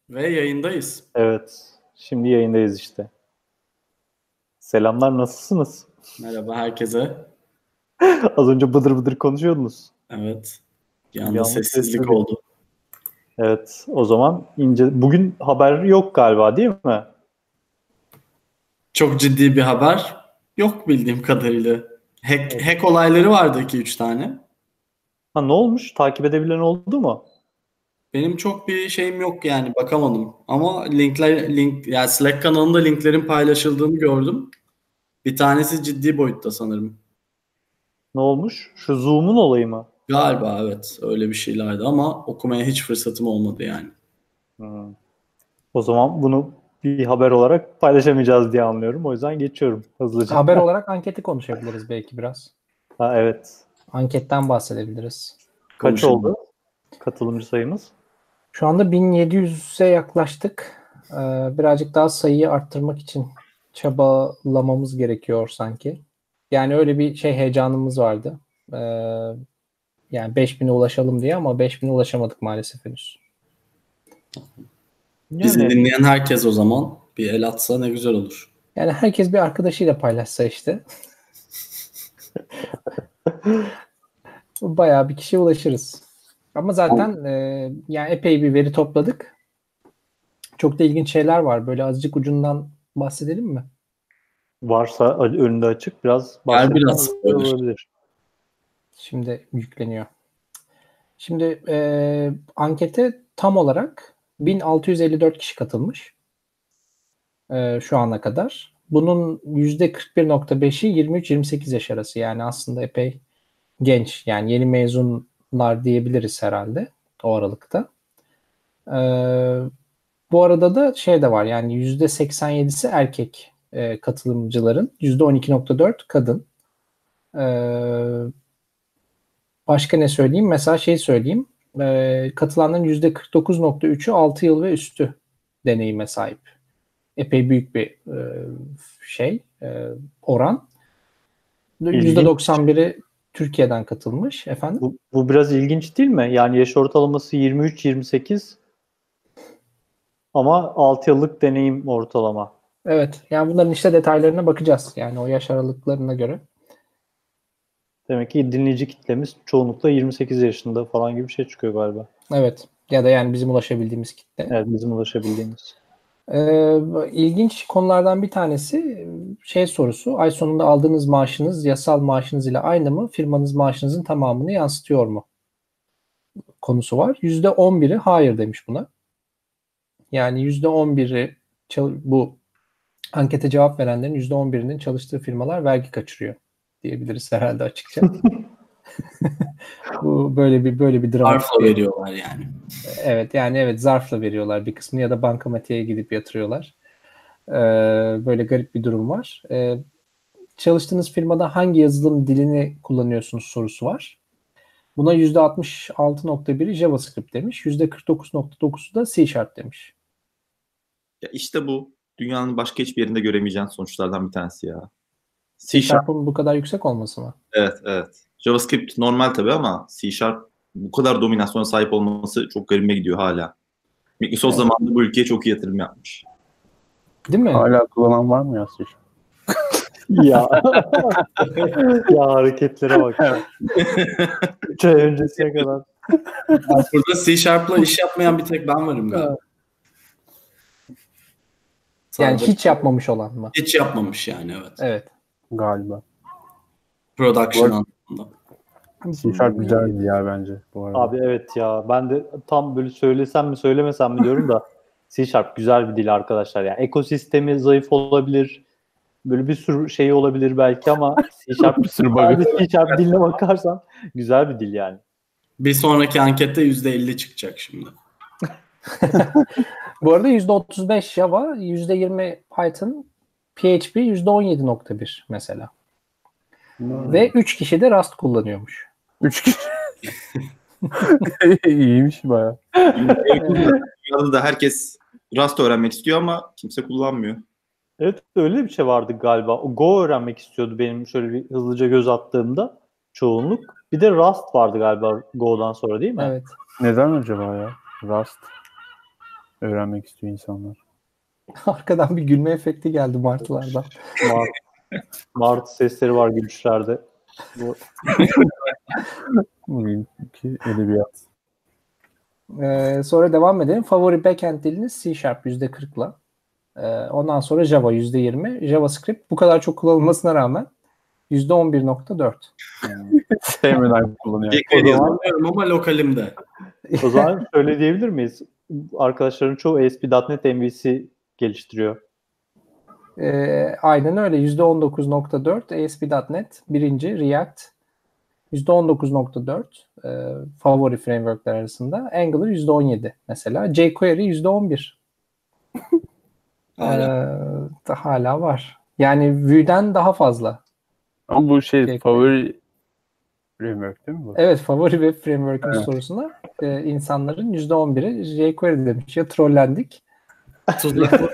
Ve yayındayız. Evet. Şimdi yayındayız işte. Selamlar, nasılsınız? Merhaba herkese. Az önce bıdır bıdır konuşuyordunuz. Evet. Bir Bir anda anda sessizlik sessizlik. oldu. Evet. O zaman bugün haber yok galiba, değil mi? Çok ciddi bir haber yok bildiğim kadarıyla. Hack olayları vardı 2-3 tane. Ha, ne olmuş? Takip edebilen oldu mu? Benim çok bir şeyim yok yani bakamadım. Ama link yani Slack kanalında linklerin paylaşıldığını gördüm. Bir tanesi ciddi boyutta sanırım. Ne olmuş? Şu Zoom'un olayı mı? Galiba evet öyle bir şeylerdi ama okumaya hiç fırsatım olmadı yani. Hmm. O zaman bunu bir haber olarak paylaşamayacağız diye anlıyorum. O yüzden geçiyorum hızlıca. Haber olarak anketi konuşabiliriz belki biraz. Ha, evet. Anketten bahsedebiliriz. Kaç Konuşalım. oldu katılımcı sayımız? Şu anda 1700'e yaklaştık. Birazcık daha sayıyı arttırmak için çabalamamız gerekiyor sanki. Yani öyle bir heyecanımız vardı. Yani 5000'e ulaşalım diye ama 5000'e ulaşamadık maalesef henüz. Bizi dinleyen herkes o zaman bir el atsa ne güzel olur. Yani herkes bir arkadaşıyla paylaşsa işte. Bayağı bir kişiye ulaşırız. Ama zaten yani epey bir veri topladık. Çok da ilginç şeyler var. Böyle azıcık ucundan bahsedelim mi? Varsa önünde açık biraz Gel biraz bahsetmemiz spoiler. olabilir. Şimdi yükleniyor. Şimdi ankete tam olarak 1654 kişi katılmış şu ana kadar. Bunun %41.5'i 23-28 yaş arası. Yani aslında epey genç. Yani yeni mezunlar diyebiliriz herhalde o aralıkta. Bu arada da de var, yani %87'si erkek katılımcıların, %12.4 kadın. Başka ne söyleyeyim? Mesela söyleyeyim. Katılanların %49.3'ü 6 yıl ve üstü deneyime sahip. Epey büyük bir oran. İlginç. %91'i Türkiye'den katılmış efendim. Bu biraz ilginç değil mi? Yani yaş ortalaması 23-28 ama 6 yıllık deneyim ortalama. Evet. Yani bunların işte detaylarına bakacağız. Yani o yaş aralıklarına göre. Demek ki dinleyici kitlemiz çoğunlukla 28 yaşında falan gibi bir şey çıkıyor galiba. Evet. Ya da yani bizim ulaşabildiğimiz kitle. Evet, bizim ulaşabildiğimiz. İlginç konulardan bir tanesi sorusu. Ay sonunda aldığınız maaşınız yasal maaşınız ile aynı mı? Firmanız maaşınızın tamamını yansıtıyor mu? Konusu var. %11'i hayır demiş buna. Yani %11'i bu ankete cevap verenlerin %11'inin çalıştığı firmalar vergi kaçırıyor diyebiliriz herhalde açıkça. Bu böyle bir dramatik. Zarfla veriyorlar yani. Evet, yani evet, zarfla veriyorlar bir kısmını ya da bankamatiğe gidip yatırıyorlar. Böyle garip bir durum var. Çalıştığınız firmada hangi yazılım dilini kullanıyorsunuz sorusu var. Buna %66.1'i JavaScript demiş. %49.9'u da C# demiş. Ya işte bu dünyanın başka hiçbir yerinde göremeyeceğin sonuçlardan bir tanesi ya. C#'ın bu kadar yüksek olması mı? Evet. JavaScript normal tabii ama C# bu kadar dominasyona sahip olması çok garibime gidiyor hala. Microsoft zamanında bu ülkeye çok iyi yatırım yapmış. Değil mi? Hala kullanan var mı ya C#? Ya. Ya hareketlere bak. 3 ay öncesine kadar. Burada C#'la iş yapmayan bir tek ben varım galiba. Yani Sadece hiç yapmamış olan mı? hiç yapmamış yani evet. Evet. Galiba. Production anlamında. C# güzeldi ya bence bu arada. Abi evet ya, ben de tam böyle söylesem mi söylemesem mi diyorum da C# güzel bir dil arkadaşlar ya. Ekosistemi zayıf olabilir. Böyle bir sürü şey olabilir belki ama Bir sürü bug. sadece C# diline bakarsan güzel bir dil yani. Bir sonraki ankette %50 çıkacak şimdi. Bu arada %35 Java, %20 Python, PHP %17.1 mesela. Ve 3 kişi de Rust kullanıyormuş. 3 kişi. İyiymiş bayağı. Dünyada da herkes Rust öğrenmek istiyor ama kimse kullanmıyor. Evet, öyle bir şey vardı galiba. O Go öğrenmek istiyordu benim şöyle bir hızlıca göz attığımda çoğunluk. Bir de Rust vardı galiba Go'dan sonra, değil mi? Evet. Neden acaba ya? Rust. öğrenmek istiyor insanlar. Arkadan bir gülme efekti geldi martılardan. Martı sesleri var gülüşlerde. Bugünkü edebiyat. Sonra devam edelim. Favori backend diliniz C# %40'la. Ondan sonra Java %20. JavaScript bu kadar çok kullanılmasına rağmen %11.4. Sevmeden kullanıyor. jQuery yazıyor. Anlıyorum ama lokalimde. O zaman şöyle diyebilir miyiz? Arkadaşların çoğu ASP.NET MVC geliştiriyor. Aynen öyle. %19.4 ASP.NET. Birinci React. %19.4 favori frameworkler arasında. Angular %17 mesela. jQuery %11. Hala var. Yani Vue'den daha fazla. Ama bu jQuery. favori framework değil mi bu? Evet, favori web framework'ümüz sorusuna insanların %11'i jQuery demiş. Ya trollendik. Tuzaklı.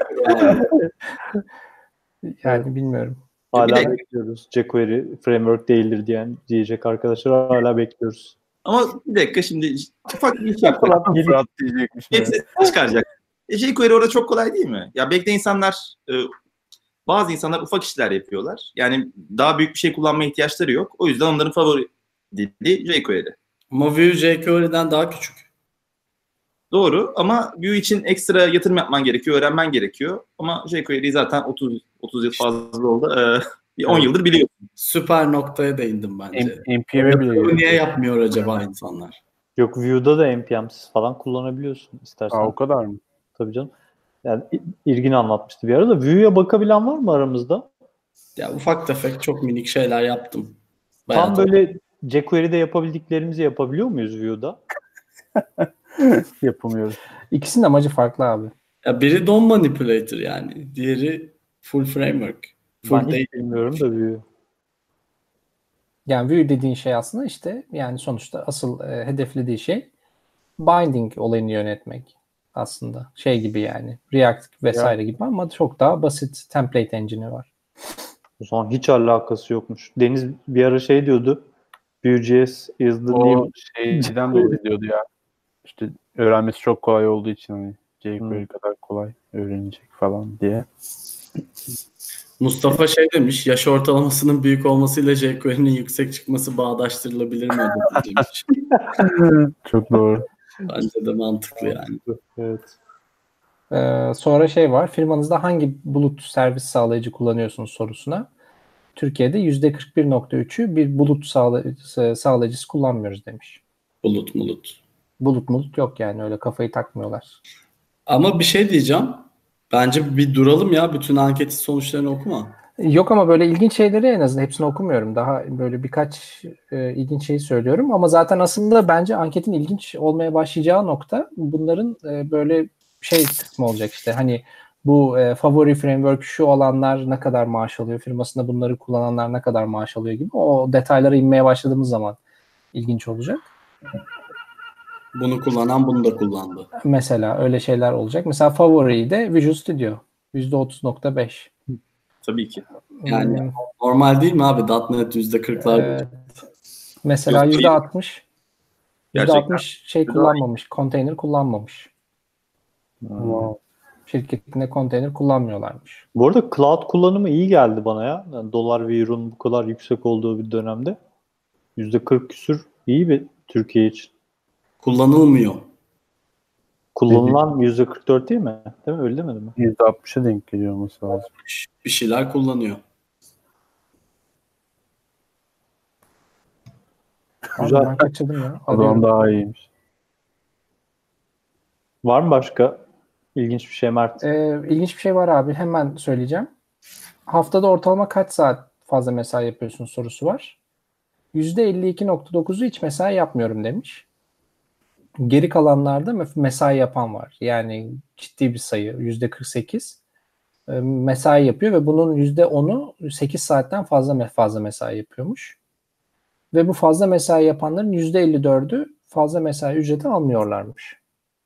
Yani bilmiyorum. Hala Bir de- bekliyoruz. jQuery framework değildir diyecek arkadaşlar hala bekliyoruz. Ama bir dakika şimdi ufak bir iş yapacak. Fırat diyecekmiş. Hepsi çıkaracak. jQuery orada çok kolay değil mi? Ya belki de insanlar bazı insanlar ufak işler yapıyorlar. Yani daha büyük bir şey kullanmaya ihtiyaçları yok. O yüzden onların favori dili jQuery. Ama Vue jQuery'den daha küçük. Doğru ama Vue için ekstra yatırım yapman gerekiyor, öğrenmen gerekiyor. Ama jQuery zaten 30 yıl fazla oldu. Bir 10 yıldır biliyorsun. Süper noktaya değindim bence. NPM'e bile Bunu niye geliyor. yapmıyor acaba insanlar? Yok, Vue'da da npm'siz falan kullanabiliyorsun istersen. O kadar mı? Tabii canım. Yani İlgin anlatmıştı bir arada. Vue'ya bakabilen var mı aramızda? Ya ufak tefek çok minik şeyler yaptım. Tam böyle jQuery'de yapabildiklerimizi yapabiliyor muyuz Vue'da? Yapamıyoruz. İkisinin amacı farklı abi. Ya biri DOM manipulator yani. Diğeri full framework. Full Ben değil. hiç bilmiyorum da Vue. Yani Vue dediğin şey aslında işte yani sonuçta asıl hedeflediği şey binding olayını yönetmek aslında. Şey gibi yani React vesaire gibi ama çok daha basit template engine'i var. O zaman hiç alakası yokmuş. Deniz bir ara şey diyordu. Vue.js is the O new... şeyden dolayı diyordu ya. İşte öğrenmesi çok kolay olduğu için hani jQuery kadar kolay öğrenecek falan diye. Mustafa şey demiş, yaş ortalamasının büyük olmasıyla jQuery'nin yüksek çıkması bağdaştırılabilir mi acaba demiş. Çok doğru. Bence de mantıklı yani. Evet. Sonra şey var. Firmanızda hangi bulut servis sağlayıcı kullanıyorsunuz sorusuna. Türkiye'de %41.3'ü bir bulut sağlayıcısı kullanmıyoruz demiş. Bulut. Bulut yok yani öyle kafayı takmıyorlar. Ama bir şey diyeceğim. Bence bir duralım ya. Bütün anketin sonuçlarını okuma. Yok ama böyle ilginç şeyleri en azından hepsini okumuyorum. Daha böyle birkaç ilginç şeyi söylüyorum. Ama zaten aslında bence anketin ilginç olmaya başlayacağı nokta bunların böyle şey kısmı olacak işte. Hani bu favori framework şu olanlar ne kadar maaş alıyor, firmasında bunları kullananlar ne kadar maaş alıyor gibi. O detaylara inmeye başladığımız zaman ilginç olacak. Bunu kullanan bunu da kullandı. Mesela öyle şeyler olacak. Mesela favori de Visual Studio. %30.5. Tabii ki. Yani normal değil mi abi? .NET %40'lar. Mesela Yok, %60 Gerçekten. %60 şey kullanmamış. Konteyner kullanmamış. Wow. Şirketinde konteyner kullanmıyorlarmış. Bu arada cloud kullanımı iyi geldi bana ya. Yani dolar ve euro'nun bu kadar yüksek olduğu bir dönemde. %40 küsür iyi bir Türkiye için. Kullanılmıyor. Kullanılan %44 değil mi? Değil mi? Öyle demedim mi? %60'a denk geliyor olması lazım. Bir şeyler kullanıyor. Güzel. Ben kaçırdım ya. O zaman daha iyiymiş. Var mı başka ilginç bir şey Mert? İlginç bir şey var abi. Hemen söyleyeceğim. Haftada ortalama kaç saat fazla mesai yapıyorsun sorusu var. %52.9'u hiç mesai yapmıyorum demiş. Geri kalanlarda mesai yapan var. Yani ciddi bir sayı. %48 mesai yapıyor ve bunun %10'u 8 saatten fazla mesai yapıyormuş. Ve bu fazla mesai yapanların %54'ü fazla mesai ücreti almıyorlarmış.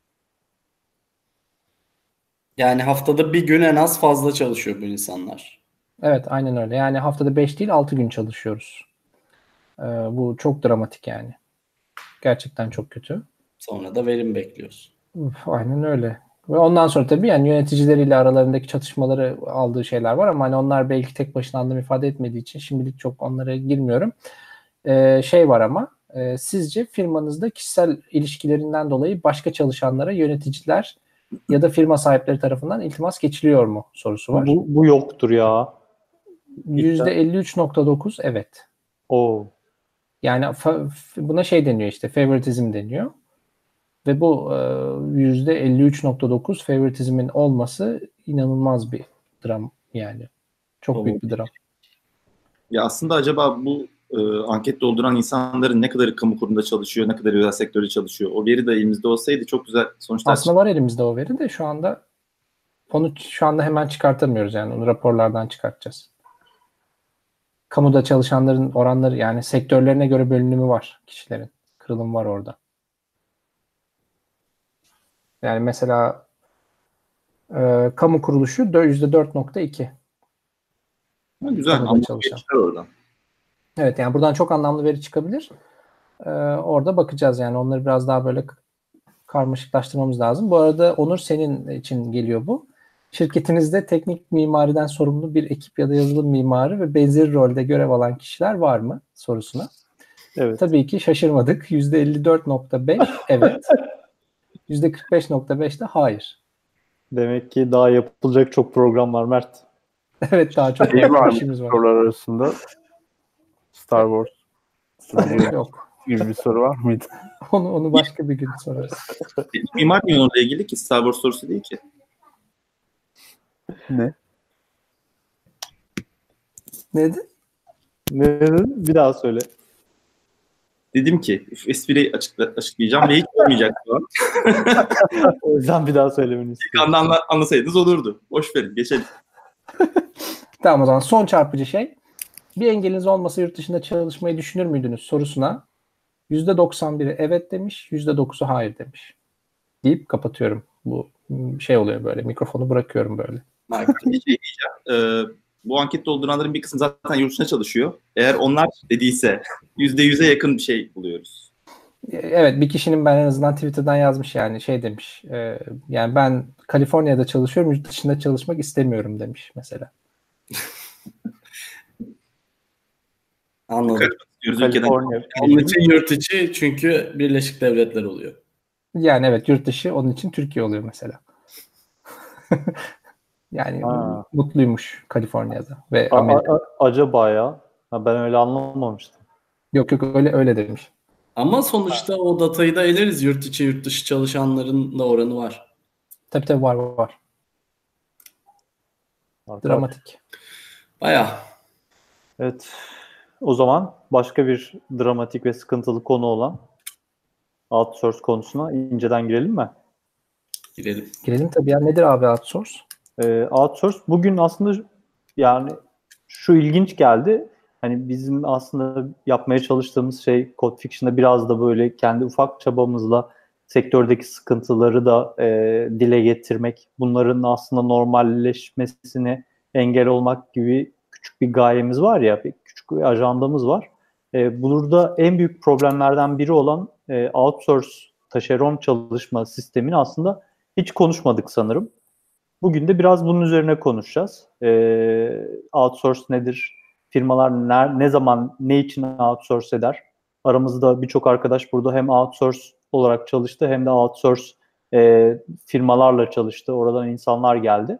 Yani haftada bir gün en az fazla çalışıyor bu insanlar. Evet, aynen öyle. Yani haftada 5 değil 6 gün çalışıyoruz. Bu çok dramatik yani. Gerçekten çok kötü. Sonra da verim bekliyoruz. Aynen öyle. Ve ondan sonra tabii yani yöneticileriyle aralarındaki çatışmaları aldığı şeyler var ama hani onlar belki tek başına anlam ifade etmediği için şimdilik çok onlara girmiyorum. Şey var ama sizce firmanızda kişisel ilişkilerinden dolayı başka çalışanlara yöneticiler ya da firma sahipleri tarafından iltimas geçiliyor mu sorusu var. Bu yoktur ya. %53.9 evet. Oo. Yani buna şey deniyor işte favoritizm deniyor. Ve bu %53.9 favoritizmin olması inanılmaz bir dram yani. Çok büyük bir dram. Ya aslında acaba bu anket dolduran insanların ne kadarı kamu kurumunda çalışıyor, ne kadar özel sektörde çalışıyor? O veri de elimizde olsaydı çok güzel sonuçlar Aslında var elimizde o veri de şu anda hemen çıkartamıyoruz yani. Onu raporlardan çıkartacağız. Kamuda çalışanların oranları yani sektörlerine göre bölünümü var kişilerin. Kırılım var orada. Yani mesela kamu kuruluşu %4.2. Güzel. Kamuda Ama çalışan. geçtiler oradan. Evet yani buradan çok anlamlı veri çıkabilir. Orada bakacağız yani onları biraz daha böyle karmaşıklaştırmamız lazım. Bu arada Onur senin için geliyor bu. Şirketinizde teknik mimariden sorumlu bir ekip ya da yazılım mimarı ve benzeri rolde görev alan kişiler var mı sorusuna. Evet. Tabii ki şaşırmadık. %54.5 evet. %45.5 de hayır. Demek ki daha yapılacak çok program var Mert. Evet daha çok Şey var mı işimiz var. sorular arasında? Star Wars Yok. gibi bir soru var mıydı? Onu başka bir gün sorarız. Mimar niye onunla ilgili ki? Star Wars sorusu değil ki. Ne? Neydi? Ne dedin? Bir daha söyle. Dedim ki espriyi açıklayacağım ve hiç olmayacak şu an. O yüzden bir daha söylemeni İlk istiyorum. anda anlasaydınız olurdu. Boş verin, geçelim. Tamam o zaman son çarpıcı şey. Bir engeliniz olmasa yurt dışında çalışmayı düşünür müydünüz sorusuna %91'i evet demiş, %9'u hayır demiş. Deyip kapatıyorum. Bu şey oluyor böyle. Mikrofonu bırakıyorum böyle. Bir şey diyeceğim. Bu anket dolduranların bir kısmı zaten yurt dışında çalışıyor. Eğer onlar dediyse %100'e yakın bir şey buluyoruz. Evet bir kişinin ben en azından Twitter'dan yazmış yani şey demiş. Yani ben Kaliforniya'da çalışıyorum, yurt dışında çalışmak istemiyorum demiş mesela. Anladım. Kaliforniya. Onun için yurt içi çünkü Birleşik Devletler oluyor. Yani evet yurt dışı onun için Türkiye oluyor mesela. Yani mutluymuş Kaliforniya'da ve Amerika. Acaba ya. Ben öyle anlamamıştım. Yok öyle demiş. Ama sonuçta o datayı da eleriz. Yurt içi yurt dışı çalışanların da oranı var. Tabii var. Dramatik. Bayağı. Evet. O zaman başka bir dramatik ve sıkıntılı konu olan outsource konusuna inceden girelim mi? Girelim tabii ya. Nedir abi outsource? Outsource bugün aslında yani şu ilginç geldi. Hani bizim aslında yapmaya çalıştığımız şey Code Fiction'da biraz da böyle kendi ufak çabamızla sektördeki sıkıntıları da dile getirmek, bunların aslında normalleşmesine engel olmak gibi küçük bir gayemiz var ya, bir küçük bir ajandamız var. Burada en büyük problemlerden biri olan outsource taşeron çalışma sistemini aslında hiç konuşmadık sanırım. Bugün de biraz bunun üzerine konuşacağız. Outsource nedir? Firmalar ne zaman, ne için outsource eder? Aramızda birçok arkadaş burada hem outsource olarak çalıştı hem de outsource firmalarla çalıştı. Oradan insanlar geldi.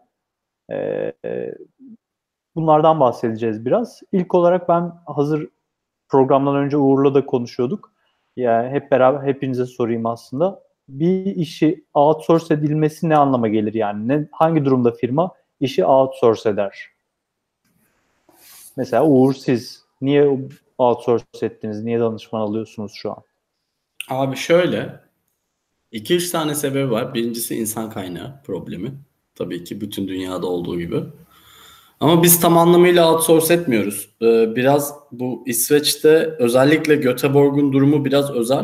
Bunlardan bahsedeceğiz biraz. İlk olarak ben hazır programdan önce Uğur'la da konuşuyorduk. Yani hep beraber hepinize sorayım aslında. Bir işi outsource edilmesi ne anlama gelir yani? Hangi durumda firma işi outsource eder? Mesela Uğur siz niye outsource ettiniz? Niye danışman alıyorsunuz şu an? Abi şöyle 2-3 tane sebebi var. Birincisi insan kaynağı problemi. Tabii ki bütün dünyada olduğu gibi. Ama biz tam anlamıyla outsource etmiyoruz. Biraz bu İsveç'te özellikle Göteborg'un durumu biraz özel.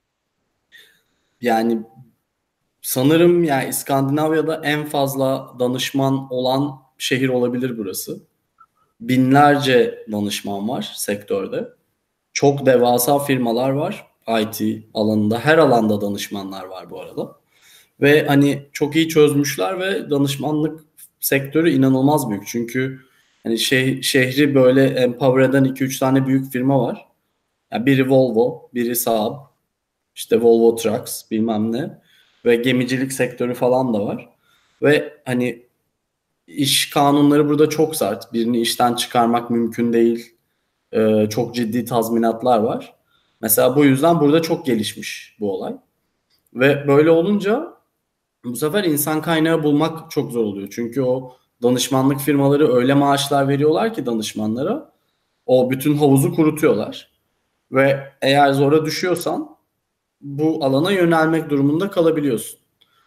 Yani sanırım yani İskandinavya'da en fazla danışman olan şehir olabilir burası. Binlerce danışman var sektörde. Çok devasa firmalar var IT alanında. Her alanda danışmanlar var bu arada. Ve hani çok iyi çözmüşler ve danışmanlık sektörü inanılmaz büyük. Çünkü hani şehri böyle empower eden 2-3 tane büyük firma var. Yani biri Volvo, biri Saab, işte Volvo Trucks bilmem ne ve gemicilik sektörü falan da var. Ve hani iş kanunları burada çok sert. Birini işten çıkarmak mümkün değil. Çok ciddi tazminatlar var. Mesela bu yüzden burada çok gelişmiş bu olay. Ve böyle olunca bu sefer insan kaynağı bulmak çok zor oluyor. Çünkü o danışmanlık firmaları öyle maaşlar veriyorlar ki danışmanlara. O bütün havuzu kurutuyorlar. Ve eğer zora düşüyorsan bu alana yönelmek durumunda kalabiliyorsun.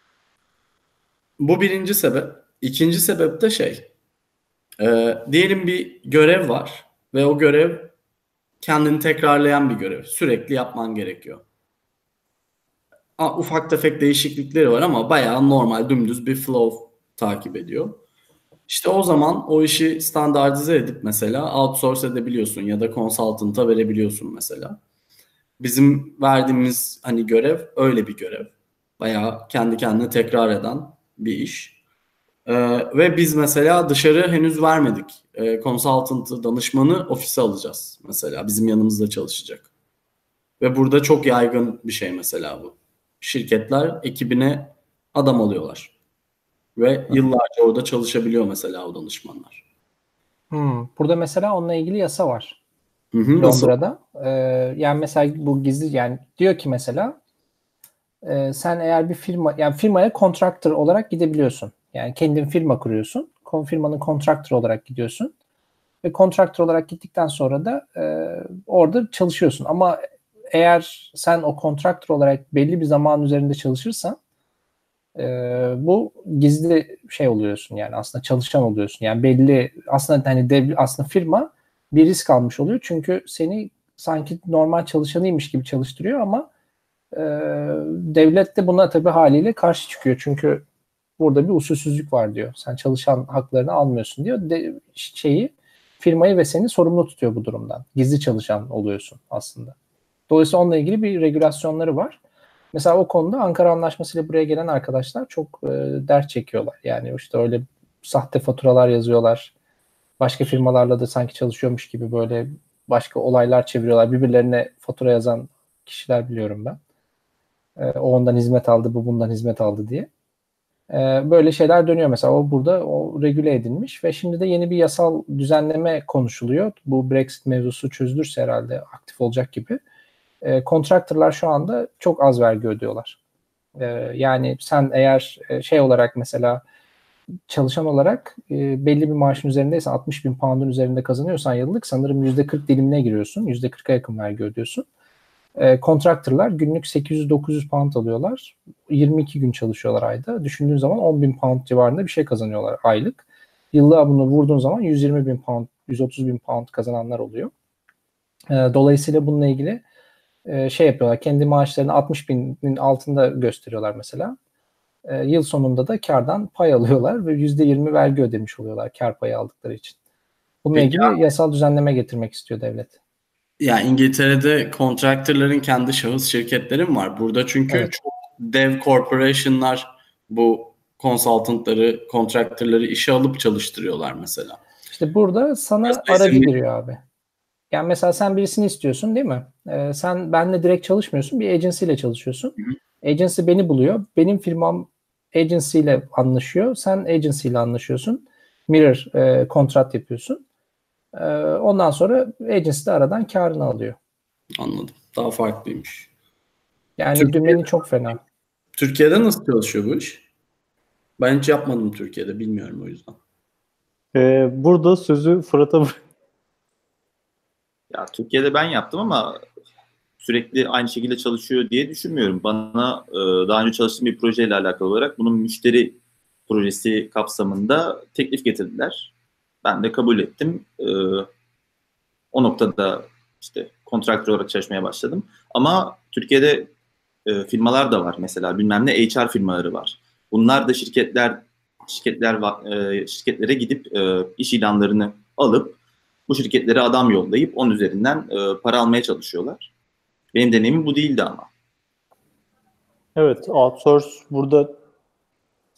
Bu birinci sebep. İkinci sebep de diyelim bir görev var ve o görev kendini tekrarlayan bir görev. Sürekli yapman gerekiyor. Ufak tefek değişiklikleri var ama bayağı normal dümdüz bir flow takip ediyor. İşte o zaman o işi standartize edip mesela outsource edebiliyorsun ya da consultant'a verebiliyorsun mesela. Bizim verdiğimiz hani görev öyle bir görev. Bayağı kendi kendine tekrar eden bir iş. Ve biz mesela dışarı henüz vermedik. Consultant'ı, danışmanı ofise alacağız mesela. Bizim yanımızda çalışacak. Ve burada çok yaygın bir şey mesela bu. Şirketler ekibine adam alıyorlar. Ve yıllarca orada çalışabiliyor mesela o danışmanlar. Burada mesela onunla ilgili yasa var. Nasıl? Londra'da. Yani mesela bu gizli, yani diyor ki mesela sen eğer bir firma, yani firmaya contractor olarak gidebiliyorsun. Yani kendin firma kuruyorsun. Firmanın contractor olarak gidiyorsun. Ve contractor olarak gittikten sonra da orada çalışıyorsun. Ama eğer sen o contractor olarak belli bir zaman üzerinde çalışırsan bu gizli şey oluyorsun, yani aslında çalışan oluyorsun. Yani belli aslında hani aslında firma bir risk almış oluyor. Çünkü seni sanki normal çalışanıymış gibi çalıştırıyor ama devlet de buna tabii haliyle karşı çıkıyor. Çünkü burada bir usulsüzlük var diyor. Sen çalışan haklarını almıyorsun diyor. Firmayı ve seni sorumlu tutuyor bu durumdan. Gizli çalışan oluyorsun aslında. Dolayısıyla onunla ilgili bir regülasyonları var. Mesela o konuda Ankara Anlaşması ile buraya gelen arkadaşlar çok dert çekiyorlar. Yani işte öyle sahte faturalar yazıyorlar. Başka firmalarla da sanki çalışıyormuş gibi böyle başka olaylar çeviriyorlar. Birbirlerine fatura yazan kişiler biliyorum ben. O ondan hizmet aldı, bu bundan hizmet aldı diye. Böyle şeyler dönüyor mesela. O burada regüle edilmiş ve şimdi de yeni bir yasal düzenleme konuşuluyor. Bu Brexit mevzusu çözülürse herhalde aktif olacak gibi. Kontratörler şu anda çok az vergi ödüyorlar. Yani sen eğer şey olarak mesela çalışan olarak belli bir maaşın üzerindeysen, 60 bin pound'un üzerinde kazanıyorsan yıllık, sanırım %40 dilimine giriyorsun. %40'a yakın vergi ödüyorsun. Kontratörler günlük 800-900 pound alıyorlar. 22 gün çalışıyorlar ayda. Düşündüğün zaman 10 bin pound civarında bir şey kazanıyorlar aylık. Yıllığa bunu vurduğun zaman 120 bin pound, 130 bin pound kazananlar oluyor. Dolayısıyla bununla ilgili şey yapıyorlar. Kendi maaşlarını 60 binin altında gösteriyorlar mesela. Yıl sonunda da kardan pay alıyorlar ve %20 vergi ödemiş oluyorlar kar payı aldıkları için. Bununla ilgili yasal düzenleme getirmek istiyor devlet. Ya İngiltere'de kontratörlerin kendi şahıs şirketleri mi var? Burada çünkü Evet. çok dev corporation'lar bu consultant'ları, kontratörleri işe alıp çalıştırıyorlar mesela. İşte burada sana aracı giriyor abi. Yani mesela sen birisini istiyorsun değil mi? Sen benimle direkt çalışmıyorsun. Bir agency ile çalışıyorsun. Agency beni buluyor. Benim firmam agency ile anlaşıyor. Sen agency ile anlaşıyorsun. Mirror kontrat yapıyorsun. Ondan sonra agency de aradan karını alıyor. Anladım. Daha farklıymış. Yani dümeni çok fena. Türkiye'de nasıl çalışıyor bu iş? Ben hiç yapmadım Türkiye'de. Bilmiyorum o yüzden. Burada sözü Fırat'a Ya Türkiye'de ben yaptım ama sürekli aynı şekilde çalışıyor diye düşünmüyorum. Bana daha önce çalıştığım bir projeyle alakalı olarak bunun müşteri projesi kapsamında teklif getirdiler. Ben de kabul ettim. O noktada işte kontraktör olarak çalışmaya başladım. Ama Türkiye'de firmalar da var mesela, bilmem ne HR firmaları var. Bunlar da şirketlere gidip iş ilanlarını alıp bu şirketlere adam yollayıp onun üzerinden para almaya çalışıyorlar. Benim deneyimim bu değildi ama. Evet, outsource burada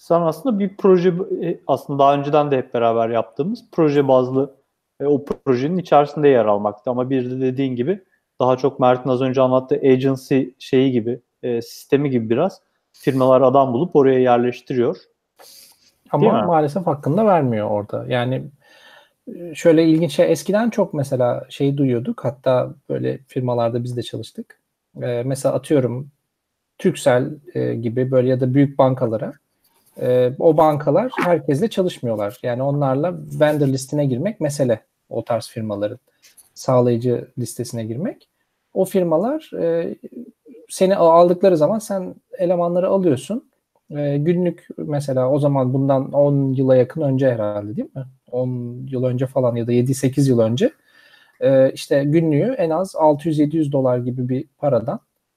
Sen aslında bir proje, aslında daha önceden de hep beraber yaptığımız proje bazlı o projenin içerisinde yer almakta. Ama bir de dediğin gibi daha çok Mert'in az önce anlattığı agency şeyi gibi, sistemi gibi biraz firmalar adam bulup oraya yerleştiriyor. Değil Ama mi? maalesef hakkını da vermiyor orada. Yani şöyle ilginç şey, eskiden çok mesela şey duyuyorduk. Hatta böyle firmalarda biz de çalıştık. Mesela atıyorum Turkcell gibi böyle ya da büyük bankalara o bankalar herkesle çalışmıyorlar. Yani onlarla vendor listine girmek mesele, o tarz firmaların sağlayıcı listesine girmek. O firmalar seni aldıkları zaman sen elemanları alıyorsun. Günlük mesela o zaman bundan 10 yıla yakın önce herhalde, değil mi? 10 yıl önce falan ya da 7-8 yıl önce işte günlüğü en az 600-700 dolar gibi bir paradan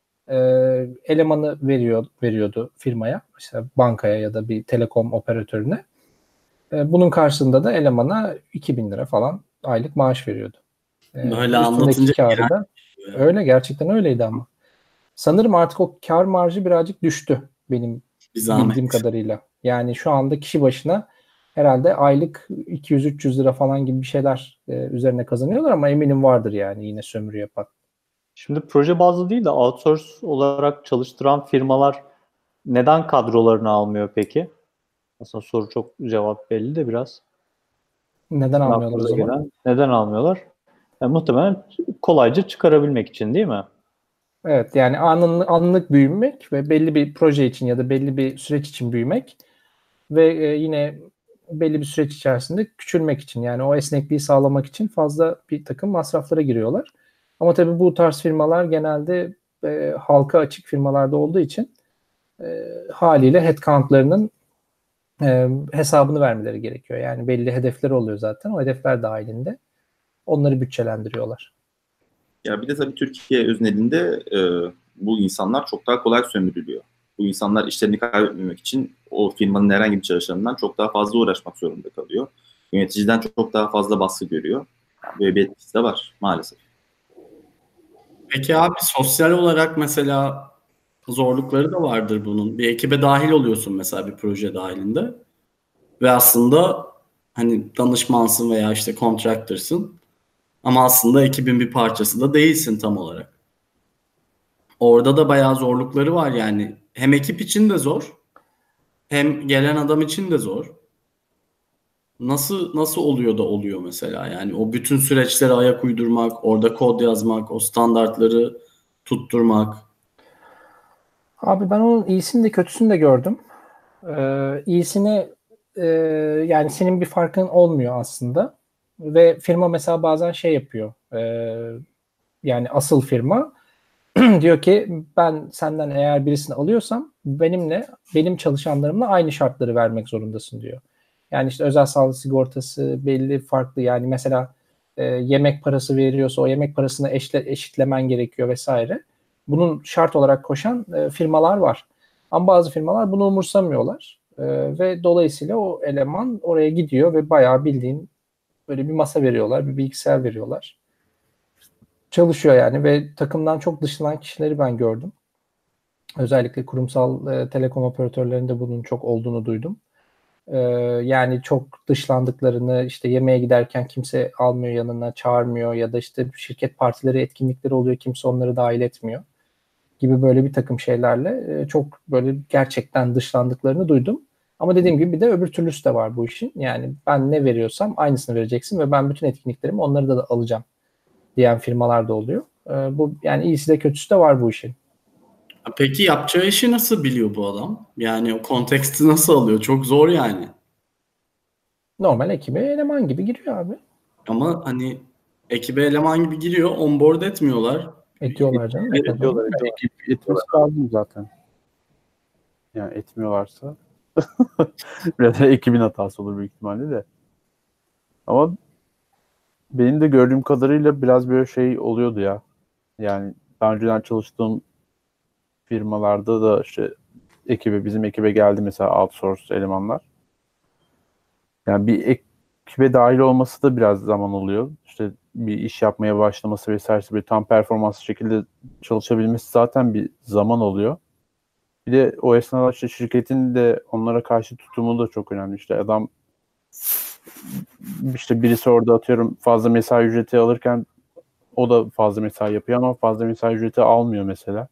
elemanı veriyordu firmaya, işte bankaya ya da bir telekom operatörüne. Bunun karşılığında da elemana 2.000 lira falan aylık maaş veriyordu. Böyle Üstündeki anlatınca karı da iğrenç. öyle, gerçekten öyleydi ama. Sanırım artık o kar marjı birazcık düştü benim Bir zahmet. bildiğim kadarıyla. Yani şu anda kişi başına herhalde aylık 200-300 lira falan gibi bir şeyler üzerine kazanıyorlar ama eminim vardır yani yine sömürü yapan. Şimdi proje bazlı değil de outsource olarak çalıştıran firmalar neden kadrolarını almıyor peki? Aslında soru çok, cevap belli de biraz. Neden almıyorlar o Aklınıza zaman? gelen. Neden almıyorlar? Yani muhtemelen kolayca çıkarabilmek için, değil mi? Evet, yani anlık büyümek ve belli bir proje için ya da belli bir süreç için büyümek ve yine belli bir süreç içerisinde küçülmek için, yani o esnekliği sağlamak için fazla bir takım masraflara giriyorlar. Ama tabii bu tarz firmalar genelde halka açık firmalarda olduğu için haliyle headcountlarının hesabını vermeleri gerekiyor. Yani belli hedefleri oluyor zaten. O hedefler dahilinde onları bütçelendiriyorlar. Ya bir de tabii Türkiye öznelinde bu insanlar çok daha kolay sömürülüyor. Bu insanlar işlerini kaybetmemek için o firmanın herhangi bir çalışanından çok daha fazla uğraşmak zorunda kalıyor. Yöneticiden çok daha fazla baskı görüyor. Böyle bir etkisi de var maalesef. Peki abi sosyal olarak mesela zorlukları da vardır bunun. Bir ekibe dahil oluyorsun mesela bir proje dahilinde ve aslında hani danışmansın veya işte contractor'sın ama aslında ekibin bir parçası da değilsin tam olarak. Orada da bayağı zorlukları var yani. Hem ekip için de zor, hem gelen adam için de zor. Nasıl oluyor da oluyor mesela? Yani o bütün süreçlere ayak uydurmak, orada kod yazmak, o standartları tutturmak. Abi ben onun iyisini de kötüsünü de gördüm. İyisini yani senin bir farkın olmuyor aslında. Ve firma mesela bazen şey yapıyor. Yani asıl firma diyor ki ben senden eğer birisini alıyorsam benim çalışanlarımla aynı şartları vermek zorundasın diyor. Yani işte özel sağlık sigortası belli farklı, yani mesela yemek parası veriyorsa o yemek parasını eşitlemen gerekiyor vesaire. Bunun şart olarak koşan firmalar var. Ama bazı firmalar bunu umursamıyorlar. Ve dolayısıyla o eleman oraya gidiyor ve bayağı bildiğin böyle bir masa veriyorlar, bir bilgisayar veriyorlar. Çalışıyor yani ve takımdan çok dışlanan kişileri ben gördüm. Özellikle kurumsal telekom operatörlerinde bunun çok olduğunu duydum. Yani çok dışlandıklarını, işte yemeğe giderken kimse almıyor yanına, çağırmıyor ya da işte şirket partileri, etkinlikleri oluyor, kimse onları dahil etmiyor gibi böyle bir takım şeylerle çok böyle gerçekten dışlandıklarını duydum. Ama dediğim gibi bir de öbür türlüsü de var bu işin. Yani ben ne veriyorsam aynısını vereceksin ve ben bütün etkinliklerimi onları da alacağım diyen firmalar da oluyor. Bu yani iyisi de kötüsü de var bu işin. Peki yapacağı işi nasıl biliyor bu adam? Yani o konteksti nasıl alıyor? Çok zor yani. Normal ekibe eleman gibi giriyor abi. Ama hani ekibe eleman gibi giriyor, onboard etmiyorlar. Ediyorlar canım. Evet, Etmez olur mu? Ekip etmesi lazım zaten. Yani etmiyorlarsa biraz da ekibin hatası olur büyük ihtimalle de. Ama benim de gördüğüm kadarıyla biraz böyle şey oluyordu ya. Yani daha önceden çalıştığım firmalarda da işte bizim ekibe geldi mesela outsource elemanlar. Yani bir ekibe dahil olması da biraz zaman oluyor. İşte bir iş yapmaya başlaması vesaire bir tam performanslı şekilde çalışabilmesi zaten bir zaman oluyor. Bir de o esnada işte şirketin de onlara karşı tutumu da çok önemli. İşte adam işte birisi orada atıyorum fazla mesai ücreti alırken o da fazla mesai yapıyor ama fazla mesai ücreti almıyor mesela.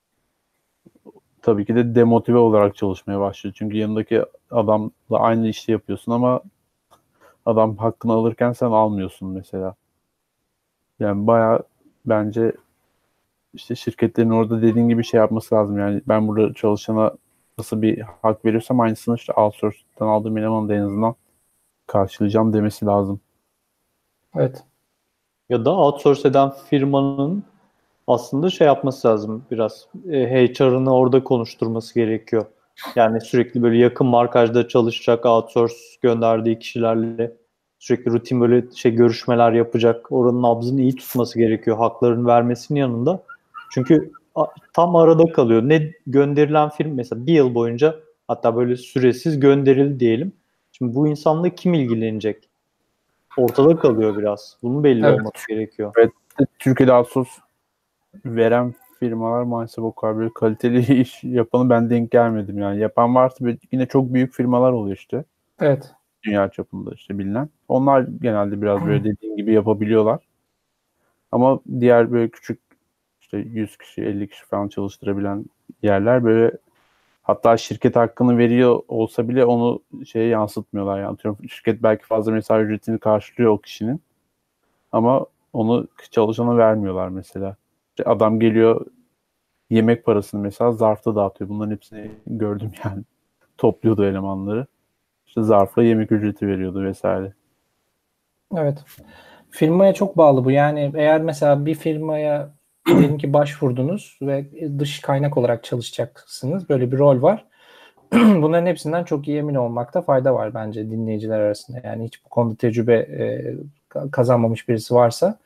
Tabii ki de demotive olarak çalışmaya başlıyor. Çünkü yanındaki adamla aynı işi yapıyorsun ama adam hakkını alırken sen almıyorsun mesela. Yani bayağı bence işte şirketlerin orada dediğin gibi şey yapması lazım. Yani ben burada çalışana nasıl bir hak veriyorsam aynısını işte outsource'dan aldığım elemanı da en azından karşılayacağım demesi lazım. Evet. Ya da outsource eden firmanın aslında şey yapması lazım biraz. HR'ını orada konuşturması gerekiyor. Yani sürekli böyle yakın markajda çalışacak outsource gönderdiği kişilerle sürekli rutin böyle şey görüşmeler yapacak. Oranın nabzını iyi tutması gerekiyor. Haklarını vermesinin yanında. Çünkü tam arada kalıyor. Ne gönderilen firma mesela bir yıl boyunca hatta böyle süresiz gönderildi diyelim. Şimdi bu insanla kim ilgilenecek? Ortada kalıyor biraz. Bunun belli Evet. olması gerekiyor. Evet, Türkiye'de outsource veren firmalar maalesef o kadar böyle kaliteli iş yapanı ben denk gelmedim yani. Yapan varsa böyle yine çok büyük firmalar oluyor işte. Evet. Dünya çapında işte bilinen. Onlar genelde biraz böyle dediğin gibi yapabiliyorlar. Ama diğer böyle küçük işte 100 kişi 50 kişi falan çalıştırabilen yerler böyle hatta şirket hakkını veriyor olsa bile onu şeye yansıtmıyorlar. Yani atıyorum, şirket belki fazla mesai ücretini karşılıyor o kişinin ama onu çalışana vermiyorlar mesela. İşte adam geliyor yemek parasını mesela zarfta dağıtıyor. Bunların hepsini gördüm yani. Topluyordu elemanları. İşte zarfla yemek ücreti veriyordu vesaire. Evet. Firmaya çok bağlı bu. Yani eğer mesela bir firmaya diyelim ki başvurdunuz ve dış kaynak olarak çalışacaksınız. Böyle bir rol var. Bunların hepsinden çok iyi emin olmakta fayda var bence dinleyiciler arasında. Yani hiç bu konuda tecrübe kazanmamış birisi varsa.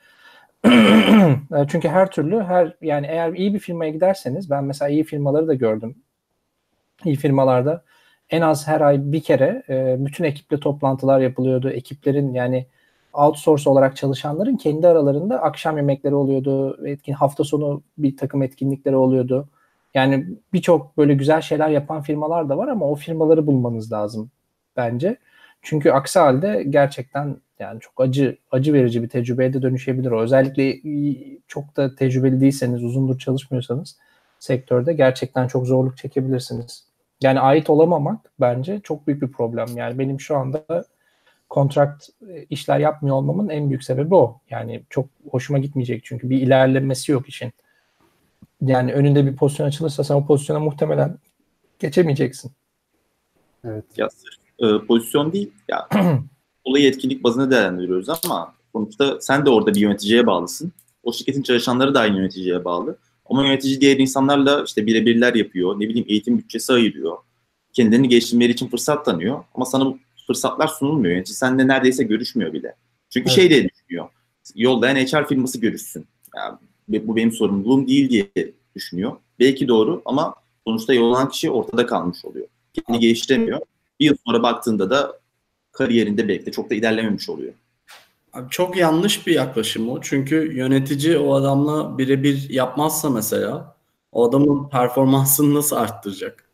Çünkü her türlü yani eğer iyi bir firmaya giderseniz ben mesela iyi firmaları da gördüm. İyi firmalarda en az her ay bir kere bütün ekiple toplantılar yapılıyordu. Ekiplerin yani outsource olarak çalışanların kendi aralarında akşam yemekleri oluyordu. Hafta sonu bir takım etkinlikleri oluyordu. Yani birçok böyle güzel şeyler yapan firmalar da var ama o firmaları bulmanız lazım bence. Çünkü aksi halde gerçekten yani çok acı verici bir tecrübeye de dönüşebilir o. Özellikle çok da tecrübeli değilseniz, uzundur çalışmıyorsanız sektörde gerçekten çok zorluk çekebilirsiniz. Yani ait olamamak bence çok büyük bir problem. Yani benim şu anda kontrakt işler yapmıyor olmamın en büyük sebebi o. Yani çok hoşuma gitmeyecek çünkü bir ilerlemesi yok işin. Yani önünde bir pozisyon açılırsa sen o pozisyona muhtemelen geçemeyeceksin. Evet. Ya sırf pozisyon değil. Ya olayı etkinlik bazında değerlendiriyoruz ama sonuçta sen de orada bir yöneticiye bağlısın. O şirketin çalışanları da aynı yöneticiye bağlı. Ama yönetici diğer insanlarla işte birebirler yapıyor. Ne bileyim eğitim bütçesi ayırıyor. Kendilerini geliştirmeleri için fırsat tanıyor. Ama sana bu fırsatlar sunulmuyor. Yönetici seninle neredeyse görüşmüyor bile. Çünkü Evet. şey diye düşünüyor. Yoldayan HR firması görüşsün. Yani bu benim sorumluluğum değil diye düşünüyor. Belki doğru ama sonuçta yollanan kişi ortada kalmış oluyor. Kendini geliştiremiyor. Bir yıl sonra baktığında da kariyerinde belki de çok da ilerlememiş oluyor. Abi çok yanlış bir yaklaşım o. Çünkü yönetici o adamla birebir yapmazsa mesela o adamın performansını nasıl arttıracak?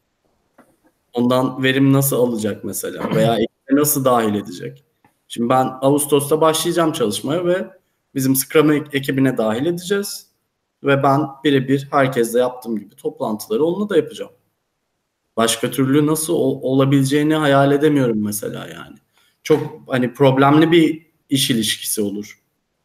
Ondan verim nasıl alacak mesela? Veya ekibe nasıl dahil edecek? Şimdi ben Ağustos'ta başlayacağım çalışmaya ve bizim Scrum ekibine dahil edeceğiz. Ve ben birebir herkesle yaptığım gibi toplantıları onunla da yapacağım. Başka türlü nasıl olabileceğini hayal edemiyorum mesela yani. Çok hani problemli bir iş ilişkisi olur.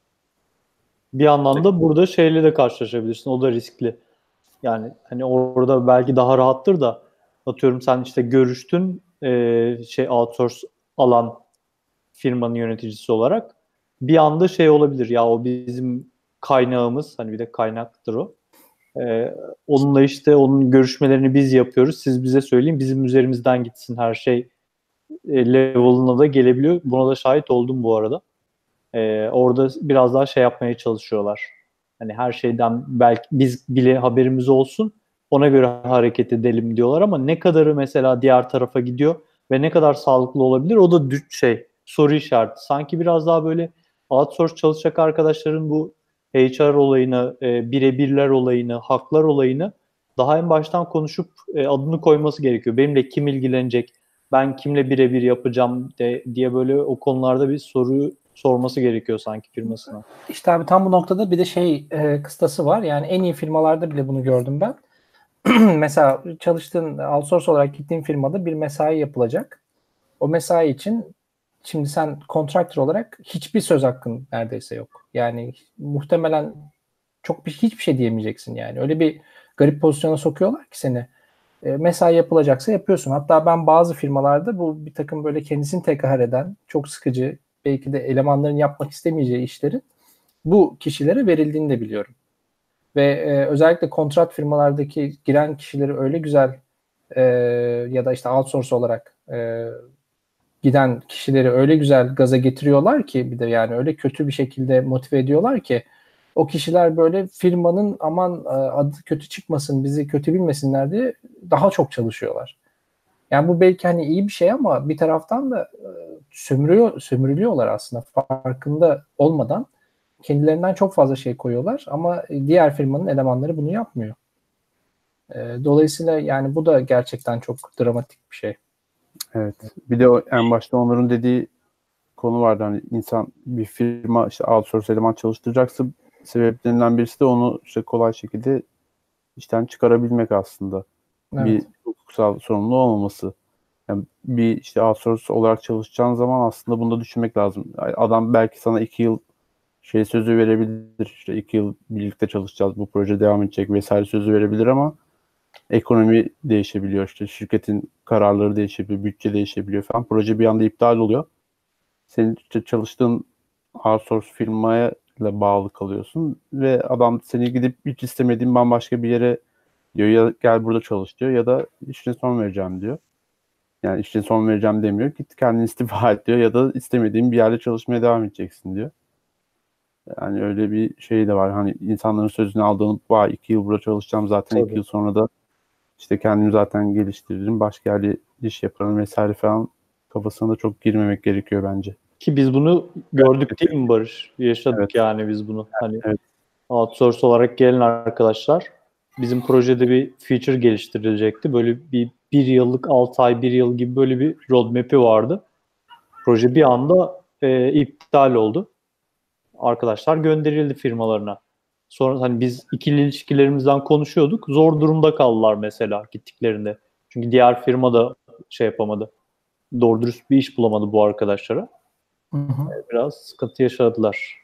Bir yandan da burada şeyle de karşılaşabilirsin. O da riskli. Yani hani orada belki daha rahattır da atıyorum sen işte görüştün şey outsource alan firmanın yöneticisi olarak bir anda şey olabilir ya o bizim kaynağımız hani bir de kaynaktır o. Onunla işte onun görüşmelerini biz yapıyoruz. Siz bize söyleyin bizim üzerimizden gitsin her şey level'ına da gelebiliyor. Buna da şahit oldum bu arada. Orada biraz daha şey yapmaya çalışıyorlar. Hani her şeyden belki biz bile haberimiz olsun ona göre hareket edelim diyorlar ama ne kadarı mesela diğer tarafa gidiyor ve ne kadar sağlıklı olabilir o da soru işareti. Sanki biraz daha böyle outsource çalışacak arkadaşların bu HR olayını, birebirler olayını, haklar olayını daha en baştan konuşup adını koyması gerekiyor. Benimle kim ilgilenecek, ben kimle birebir yapacağım diye böyle o konularda bir soru sorması gerekiyor sanki firmasına. İşte abi tam bu noktada bir de kıstası var. Yani en iyi firmalarda bile bunu gördüm ben. Mesela çalıştığın, outsource olarak gittiğin firmada bir mesai yapılacak. O mesai için şimdi sen contractor olarak hiçbir söz hakkın neredeyse yok. Yani muhtemelen hiçbir şey diyemeyeceksin yani. Öyle bir garip pozisyona sokuyorlar ki seni. Mesai yapılacaksa yapıyorsun. Hatta ben bazı firmalarda bu bir takım böyle kendisini tekrar eden, çok sıkıcı, belki de elemanların yapmak istemeyeceği işlerin bu kişilere verildiğini de biliyorum. Ve özellikle kontrat firmalardaki giren kişileri öyle güzel ya da işte outsource olarak giden kişileri öyle güzel gaza getiriyorlar ki, bir de yani öyle kötü bir şekilde motive ediyorlar ki o kişiler böyle firmanın aman adı kötü çıkmasın, bizi kötü bilmesinler diye daha çok çalışıyorlar. Yani bu belki hani iyi bir şey ama bir taraftan da sömürülüyorlar aslında farkında olmadan. Kendilerinden çok fazla şey koyuyorlar ama diğer firmanın elemanları bunu yapmıyor. Dolayısıyla yani bu da gerçekten çok dramatik bir şey. Evet. Bir de en başta onların dediği konu vardı. Hani insan bir firma işte outsource eleman çalıştıracaksa sebeplerinden birisi de onu işte kolay şekilde işten çıkarabilmek aslında. Evet. Bir hukuksal sorumluluğu olmaması. Yani bir işte outsource olarak çalışacağın zaman aslında bunu da düşünmek lazım. Adam belki sana 2 yıl sözü verebilir. İşte 2 yıl birlikte çalışacağız, bu proje devam edecek vesaire sözü verebilir ama ekonomi değişebiliyor. İşte şirketin kararları değişebiliyor, bütçe değişebiliyor falan. Proje bir anda iptal oluyor. Senin işte çalıştığın outsource firmaya ile bağlı kalıyorsun ve adam seni gidip hiç istemediğin bambaşka bir yere diyor, ya gel burada çalış diyor ya da işine son vereceğim diyor. Yani işine son vereceğim demiyor. Git kendini istifa et diyor ya da istemediğin bir yerde çalışmaya devam edeceksin diyor. Yani öyle bir şey de var. Hani insanların sözünü aldığını, vay 2 yıl burada çalışacağım zaten, Tabii. 2 yıl sonra da işte kendimi zaten geliştiririm, başka yerde iş yaparım vesaire falan kafasına da çok girmemek gerekiyor bence. Ki biz bunu gördük değil mi Barış? Yaşadık Evet. yani biz bunu. Hani Evet. outsource olarak gelen arkadaşlar, bizim projede bir feature geliştirilecekti. Böyle bir yıllık, 6 ay, 1 yıl gibi böyle bir roadmap'i vardı. Proje bir anda iptal oldu. Arkadaşlar gönderildi firmalarına. Sonra hani biz ikili ilişkilerimizden konuşuyorduk. Zor durumda kaldılar mesela gittiklerinde. Çünkü diğer firma da şey yapamadı. Doğru dürüst bir iş bulamadı bu arkadaşlara. Hı hı. Biraz sıkıntı yaşadılar.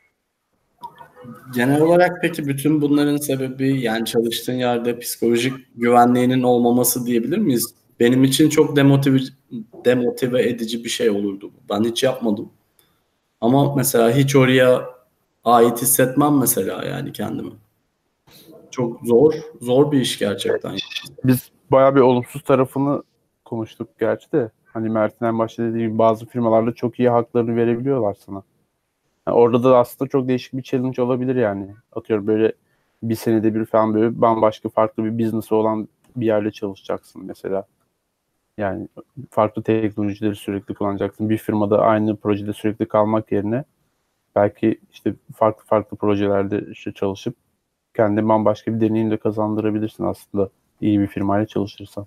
Genel olarak peki bütün bunların sebebi yani çalıştığın yerde psikolojik güvenliğinin olmaması diyebilir miyiz? Benim için çok demotive edici bir şey olurdu. Ben hiç yapmadım. Ama mesela hiç oraya ait hissetmem mesela yani kendimi. Çok zor bir iş gerçekten. Biz bayağı bir olumsuz tarafını konuştuk gerçi de. Hani Mert'in en başta dediği gibi bazı firmalarla çok iyi haklarını verebiliyorlar sana. Yani orada da aslında çok değişik bir challenge olabilir yani. Atıyorum böyle bir senede bir falan böyle bambaşka farklı bir business'ı olan bir yerde çalışacaksın mesela. Yani farklı teknolojileri sürekli kullanacaksın. Bir firmada aynı projede sürekli kalmak yerine belki işte farklı projelerde işte çalışıp kendi bambaşka bir deneyim de kazandırabilirsin aslında iyi bir firmayla çalışırsan.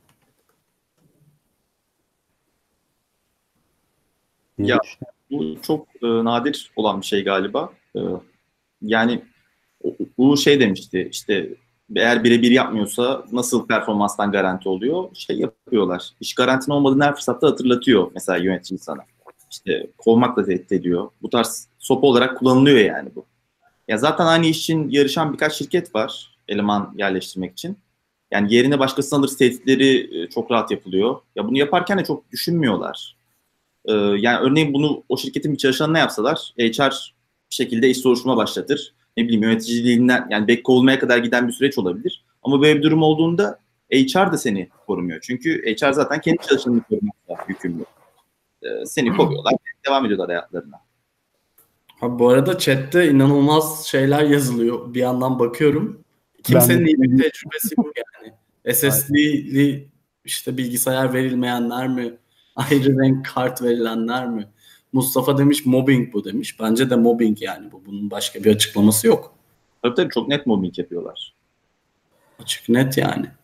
Ya bu çok nadir olan bir şey galiba. Yani bu şey demişti işte, eğer birebir yapmıyorsa nasıl performanstan garanti oluyor? Şey yapıyorlar. İş garantinin olmadığını her fırsatta hatırlatıyor mesela yönetici sana. İşte kovmakla tehdit ediyor. Bu tarz sopa olarak kullanılıyor yani bu. Ya zaten aynı iş için yarışan birkaç şirket var eleman yerleştirmek için. Yani yerine başkasını alır tehditleri çok rahat yapılıyor. Ya bunu yaparken de çok düşünmüyorlar. Yani örneğin bunu o şirketin bir çalışanına yapsalar HR bir şekilde iş soruşturma başlatır. Ne bileyim yöneticiliğinden yani back kovulmaya kadar giden bir süreç olabilir. Ama böyle bir durum olduğunda HR da seni korumuyor. Çünkü HR zaten kendi çalışanını korumakla yükümlü. Seni koruyorlar, devam ediyorlar hayatlarına. Ha, bu arada chatte inanılmaz şeyler yazılıyor. Bir yandan bakıyorum. Kimsenin iyi bir tecrübesi yok yani. SSD'li işte bilgisayar verilmeyenler mi? Ayrı renk kart verilenler mi? Mustafa demiş mobbing bu demiş. Bence de mobbing yani bu. Bunun başka bir açıklaması yok. Tabii çok net mobbing yapıyorlar. Açık net yani.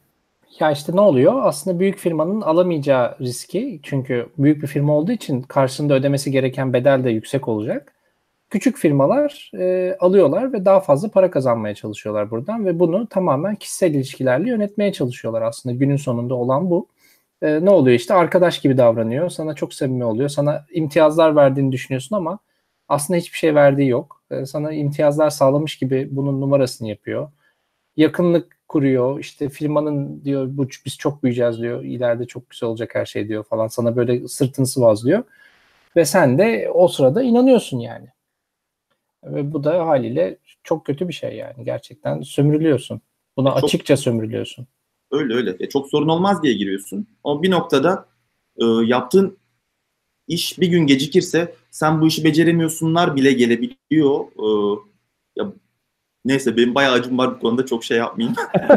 Ya işte ne oluyor? Aslında büyük firmanın alamayacağı riski, çünkü büyük bir firma olduğu için karşında ödemesi gereken bedel de yüksek olacak. Küçük firmalar alıyorlar ve daha fazla para kazanmaya çalışıyorlar buradan ve bunu tamamen kişisel ilişkilerle yönetmeye çalışıyorlar aslında. Günün sonunda olan bu. Ne oluyor işte? Arkadaş gibi davranıyor. Sana çok samimi oluyor. Sana imtiyazlar verdiğini düşünüyorsun ama aslında hiçbir şey verdiği yok. Sana imtiyazlar sağlamış gibi bunun numarasını yapıyor. Yakınlık kuruyor. İşte firmanın diyor biz çok büyüyeceğiz diyor. İleride çok güzel olacak her şey diyor falan. Sana böyle sırtını sıvazlıyor. Ve sen de o sırada inanıyorsun yani. Ve bu da haliyle çok kötü bir şey yani. Gerçekten sömürülüyorsun. Buna Çok açıkça sömürülüyorsun. öyle. Çok sorun olmaz diye giriyorsun. Ama bir noktada yaptığın iş bir gün gecikirse sen bu işi beceremiyorsunlar bile gelebiliyor. Ya, neyse benim bayağı acım var bu konuda, çok şey yapmayayım.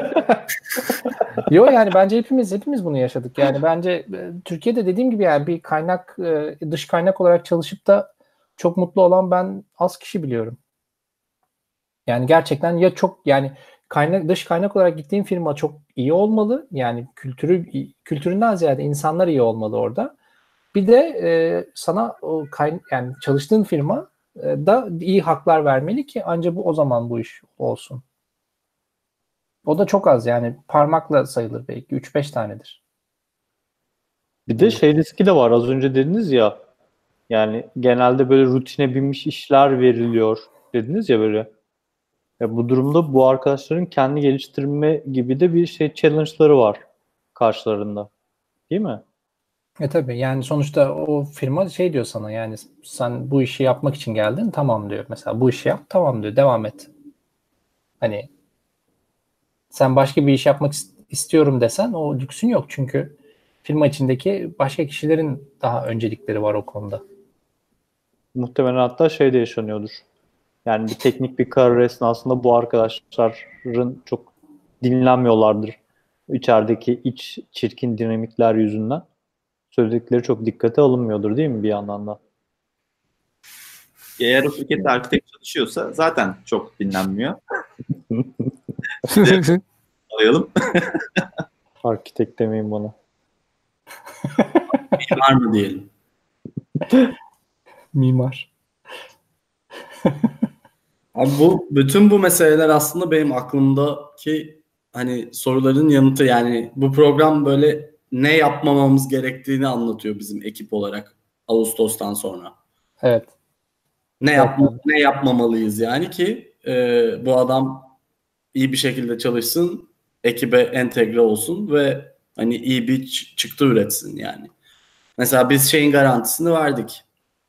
Yo yani bence hepimiz bunu yaşadık. Yani bence Türkiye'de dediğim gibi yani bir dış kaynak olarak çalışıp da çok mutlu olan ben az kişi biliyorum. Yani gerçekten ya çok yani dış kaynak olarak gittiğim firma çok iyi olmalı. Yani kültüründen ziyade insanlar iyi olmalı orada. Bir de sana yani çalıştığın firma da iyi haklar vermeli ki ancak o zaman bu iş olsun. O da çok az yani parmakla sayılır, belki 3-5 tanedir. Bir de şey riski de var. Az önce dediniz ya, yani genelde böyle rutine binmiş işler veriliyor dediniz ya böyle. Ya bu durumda bu arkadaşların kendi geliştirme gibi de bir şey challenge'ları var karşılarında. Değil mi? Tabii yani sonuçta o firma şey diyor sana, yani sen bu işi yapmak için geldin, tamam diyor. Mesela bu işi yap, tamam diyor, devam et. Hani sen başka bir iş yapmak istiyorum desen o lüksün yok, çünkü firma içindeki başka kişilerin daha öncelikleri var o konuda. Muhtemelen hatta şey de yaşanıyordur. Yani bir teknik bir karar esnasında bu arkadaşların çok dinlenmiyorlardır. İçerideki iç çirkin dinamikler yüzünden söyledikleri çok dikkate alınmıyordur değil mi bir yandan da? Eğer o şirkette arkitek çalışıyorsa zaten çok dinlenmiyor. Alayalım. Arkitek demeyin bana. Var mı diyelim. Mimar. Abi bütün bu meseleler aslında benim aklımdaki hani soruların yanıtı. Yani bu program böyle ne yapmamamız gerektiğini anlatıyor bizim ekip olarak Ağustos'tan sonra. Evet. Ne yapmamalıyız yani ki bu adam iyi bir şekilde çalışsın, ekibe entegre olsun ve hani iyi bir çıktı üretsin yani. Mesela biz şeyin garantisini verdik.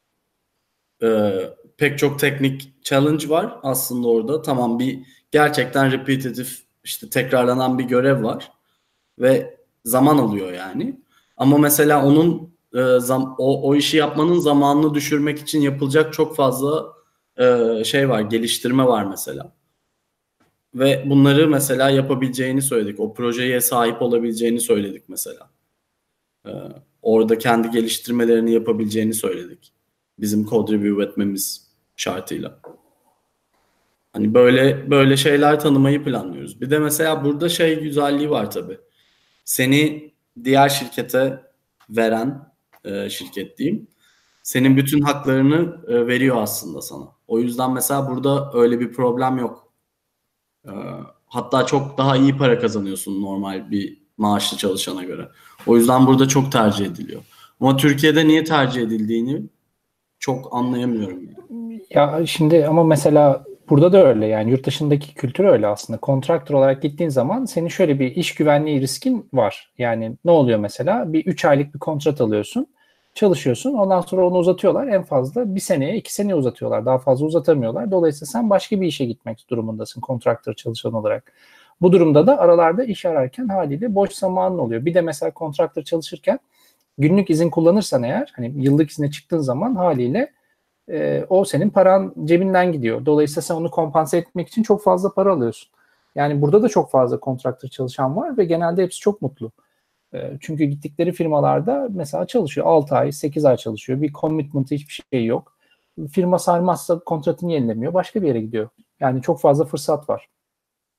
Pek çok teknik challenge var aslında orada. Tamam, bir gerçekten repetitive, işte tekrarlanan bir görev var ve zaman alıyor yani. Ama mesela onun o işi yapmanın zamanını düşürmek için yapılacak çok fazla şey var, geliştirme var mesela. Ve bunları mesela yapabileceğini söyledik. O projeye sahip olabileceğini söyledik mesela. Ee, Orada kendi geliştirmelerini yapabileceğini söyledik. Bizim code review etmemiz şartıyla. Hani böyle şeyler tanımayı planlıyoruz. Bir de mesela burada şey güzelliği var tabii. Seni diğer şirkete veren şirket diyeyim. Senin bütün haklarını veriyor aslında sana. O yüzden mesela burada öyle bir problem yok. Hatta çok daha iyi para kazanıyorsun normal bir maaşlı çalışana göre. O yüzden burada çok tercih ediliyor. Ama Türkiye'de niye tercih edildiğini çok anlayamıyorum yani. Ya şimdi ama mesela burada da öyle, yani yurt dışındaki kültür öyle aslında. Kontraktör olarak gittiğin zaman senin şöyle bir iş güvenliği riskin var. Yani ne oluyor mesela? Bir 3 aylık bir kontrat alıyorsun. Çalışıyorsun. Ondan sonra onu uzatıyorlar. En fazla 1 seneye 2 seneye uzatıyorlar. Daha fazla uzatamıyorlar. Dolayısıyla sen başka bir işe gitmek durumundasın kontraktör çalışan olarak. Bu durumda da aralarda iş ararken haliyle boş zamanın oluyor. Bir de mesela kontraktör çalışırken günlük izin kullanırsan eğer, hani yıllık izne çıktığın zaman haliyle o senin paran cebinden gidiyor. Dolayısıyla sen onu kompanse etmek için çok fazla para alıyorsun. Yani burada da çok fazla kontraktör çalışan var ve genelde hepsi çok mutlu. Çünkü gittikleri firmalarda mesela çalışıyor. 6 ay, 8 ay çalışıyor. Bir commitment, hiçbir şey yok. Firma sarmazsa kontratını yenilemiyor. Başka bir yere gidiyor. Yani çok fazla fırsat var.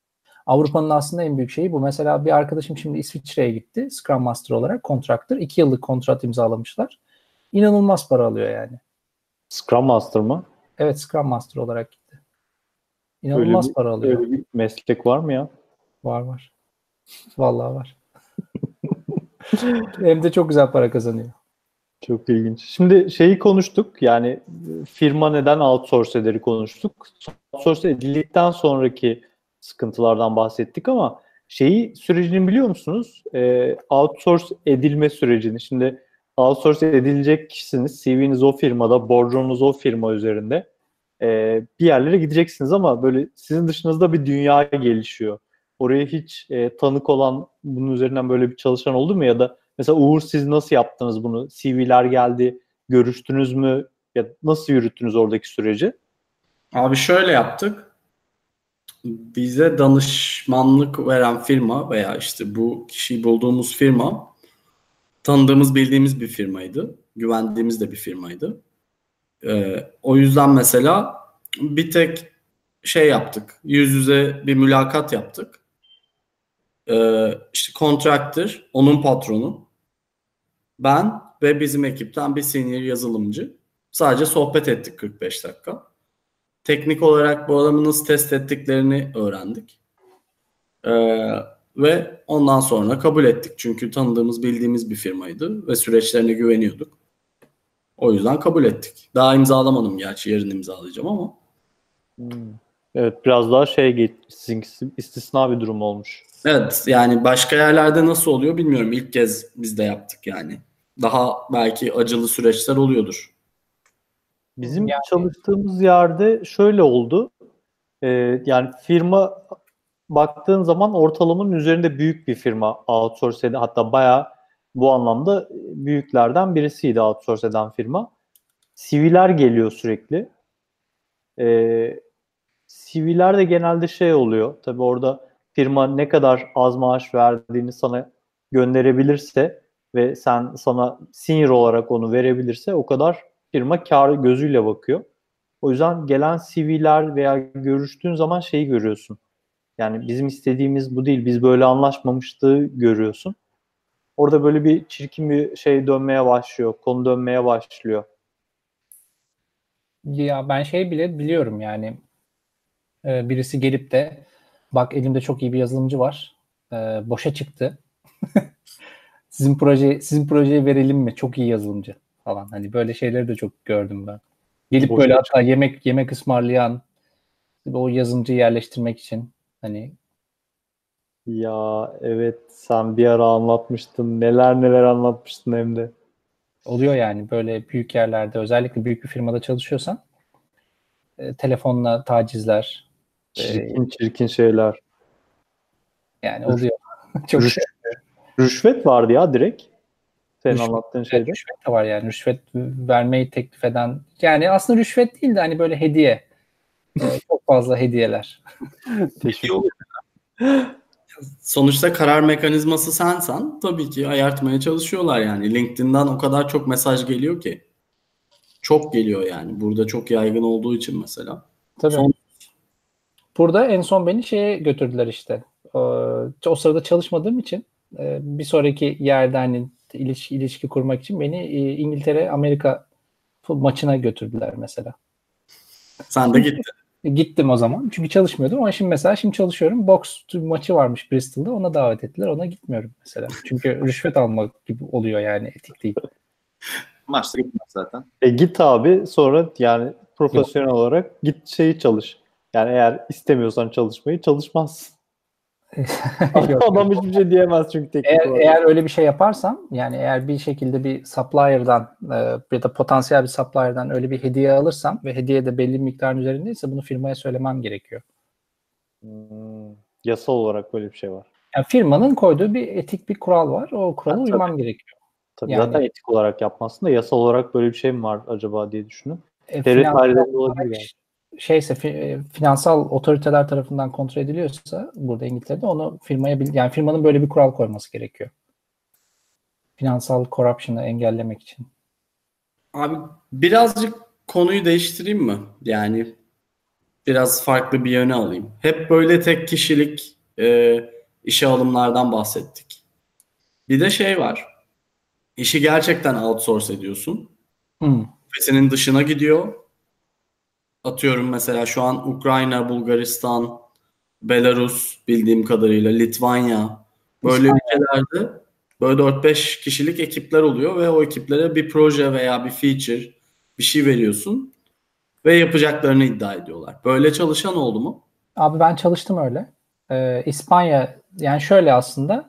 Avrupa'nın aslında en büyük şeyi bu. Mesela bir arkadaşım şimdi İsviçre'ye gitti. Scrum Master olarak kontraktör. 2 yıllık kontrat imzalamışlar. İnanılmaz para alıyor yani. Scrum Master mı? Evet, Scrum Master olarak gitti. İnanılmaz para alıyor. Öyle bir meslek var mı ya? Var. Vallahi var. Hem de çok güzel para kazanıyor. Çok ilginç. Şimdi şeyi konuştuk. Yani firma neden outsource ederi konuştuk. Outsource edildikten sonraki sıkıntılardan bahsettik ama şeyi sürecini biliyor musunuz? Outsource edilme sürecini. Şimdi outsource edilecek kişisiniz. CV'niz o firmada, bordronuz o firma üzerinde. Bir yerlere gideceksiniz ama böyle sizin dışınızda bir dünya gelişiyor. Oraya hiç tanık olan, bunun üzerinden böyle bir çalışan oldu mu? Ya da mesela Uğur, siz nasıl yaptınız bunu? CV'ler geldi, görüştünüz mü? Ya nasıl yürüttünüz oradaki süreci? Abi şöyle yaptık. Bize danışmanlık veren firma veya işte bu kişiyi bulduğumuz firma tanıdığımız, bildiğimiz bir firmaydı. Güvendiğimiz de bir firmaydı. O yüzden mesela bir tek şey yaptık. Yüz yüze bir mülakat yaptık. İşte contractor, onun patronu, ben ve bizim ekipten bir senior yazılımcı. Sadece sohbet ettik 45 dakika. Teknik olarak bu adamı nasıl test ettiklerini öğrendik. Ve ondan sonra kabul ettik. Çünkü tanıdığımız, bildiğimiz bir firmaydı ve süreçlerine güveniyorduk. O yüzden kabul ettik. Daha imzalamadım gerçi, yarın imzalayacağım ama. Evet, biraz daha sizinkisi istisna bir durum olmuş. Evet, yani başka yerlerde nasıl oluyor bilmiyorum. İlk kez biz de yaptık yani. Daha belki acılı süreçler oluyordur. Bizim çalıştığımız yerde şöyle oldu. Yani firma, baktığın zaman ortalamanın üzerinde büyük bir firma outsource eden, hatta bayağı bu anlamda büyüklerden birisiydi outsource eden firma. CV'ler geliyor sürekli. CV'ler de genelde şey oluyor. Tabii orada firma ne kadar az maaş verdiğini sana gönderebilirse ve sana senior olarak onu verebilirse o kadar firma kar gözüyle bakıyor. O yüzden gelen CV'ler veya görüştüğün zaman şeyi görüyorsun. Yani bizim istediğimiz bu değil, biz böyle anlaşmamıştığı görüyorsun. Orada böyle bir çirkin bir şey dönmeye başlıyor, konu dönmeye başlıyor. Ya ben şey bile biliyorum yani. Birisi gelip de bak elimde çok iyi bir yazılımcı var. Boşa çıktı. Sizin projeye verelim mi? Çok iyi yazılımcı falan. Hani böyle şeyleri de çok gördüm ben. Gelip Boşa böyle hatta yemek ısmarlayan, o yazılımcıyı yerleştirmek için hani. Ya evet, sen bir ara anlatmıştın. Neler neler anlatmıştın hem de. Oluyor yani böyle büyük yerlerde, özellikle büyük bir firmada çalışıyorsan telefonla tacizler Çirkin şeyler. yani oluyor. Çok Rüşvet vardı ya direkt. Senin anlattığın şeyde. rüşvet de var yani. Rüşvet vermeyi teklif eden, yani aslında rüşvet değil de hani böyle hediye. Çok fazla hediyeler. Teşekkür. Sonuçta karar mekanizması sensen tabii ki ayartmaya çalışıyorlar yani. LinkedIn'den o kadar çok mesaj geliyor ki. Çok geliyor yani. Burada çok yaygın olduğu için mesela. Tabii. Burada en son beni şeye götürdüler işte. O sırada çalışmadığım için bir sonraki yerde hani ilişki kurmak için beni İngiltere Amerika maçına götürdüler mesela. Sen de gittin. Gittim o zaman. Çünkü çalışmıyordum ama şimdi çalışıyorum. Boks maçı varmış Bristol'da. Ona davet ettiler. Ona gitmiyorum mesela. Çünkü rüşvet almak gibi oluyor yani, etik değil. Maçta gitmez zaten. Git abi, sonra yani profesyonel olarak git çalış. Yani eğer istemiyorsan çalışmayı, çalışmazsın. Adam hiçbir şey diyemez çünkü teknik olarak. Eğer öyle bir şey yaparsam, yani eğer bir şekilde bir supplier'dan ya da potansiyel bir supplier'dan öyle bir hediye alırsam ve hediye de belli bir miktarın üzerindeyse bunu firmaya söylemem gerekiyor. Yasal olarak böyle bir şey var. Yani firmanın koyduğu bir etik bir kural var. O kurala uymam gerekiyor. Tabii Yani, zaten etik olarak yapmazsın da yasal olarak böyle bir şey mi var acaba diye düşünün. Devlet dairelerinde olabilir yani. Şeyse finansal otoriteler tarafından kontrol ediliyorsa burada İngiltere'de onu firmaya, yani firmanın böyle bir kural koyması gerekiyor. Finansal corruption'ı engellemek için. Abi birazcık konuyu değiştireyim mi? Yani biraz farklı bir yöne alayım. Hep böyle tek kişilik işe alımlardan bahsettik. Bir de şey var. İşi gerçekten outsource ediyorsun. Ülkesinin dışına gidiyor. Atıyorum mesela şu an Ukrayna, Bulgaristan, Belarus bildiğim kadarıyla Litvanya böyle ülkelerde böyle 4-5 kişilik ekipler oluyor ve o ekiplere bir proje veya bir feature bir şey veriyorsun ve yapacaklarını iddia ediyorlar. Böyle çalışan oldu mu? Abi ben çalıştım öyle. İspanya yani şöyle aslında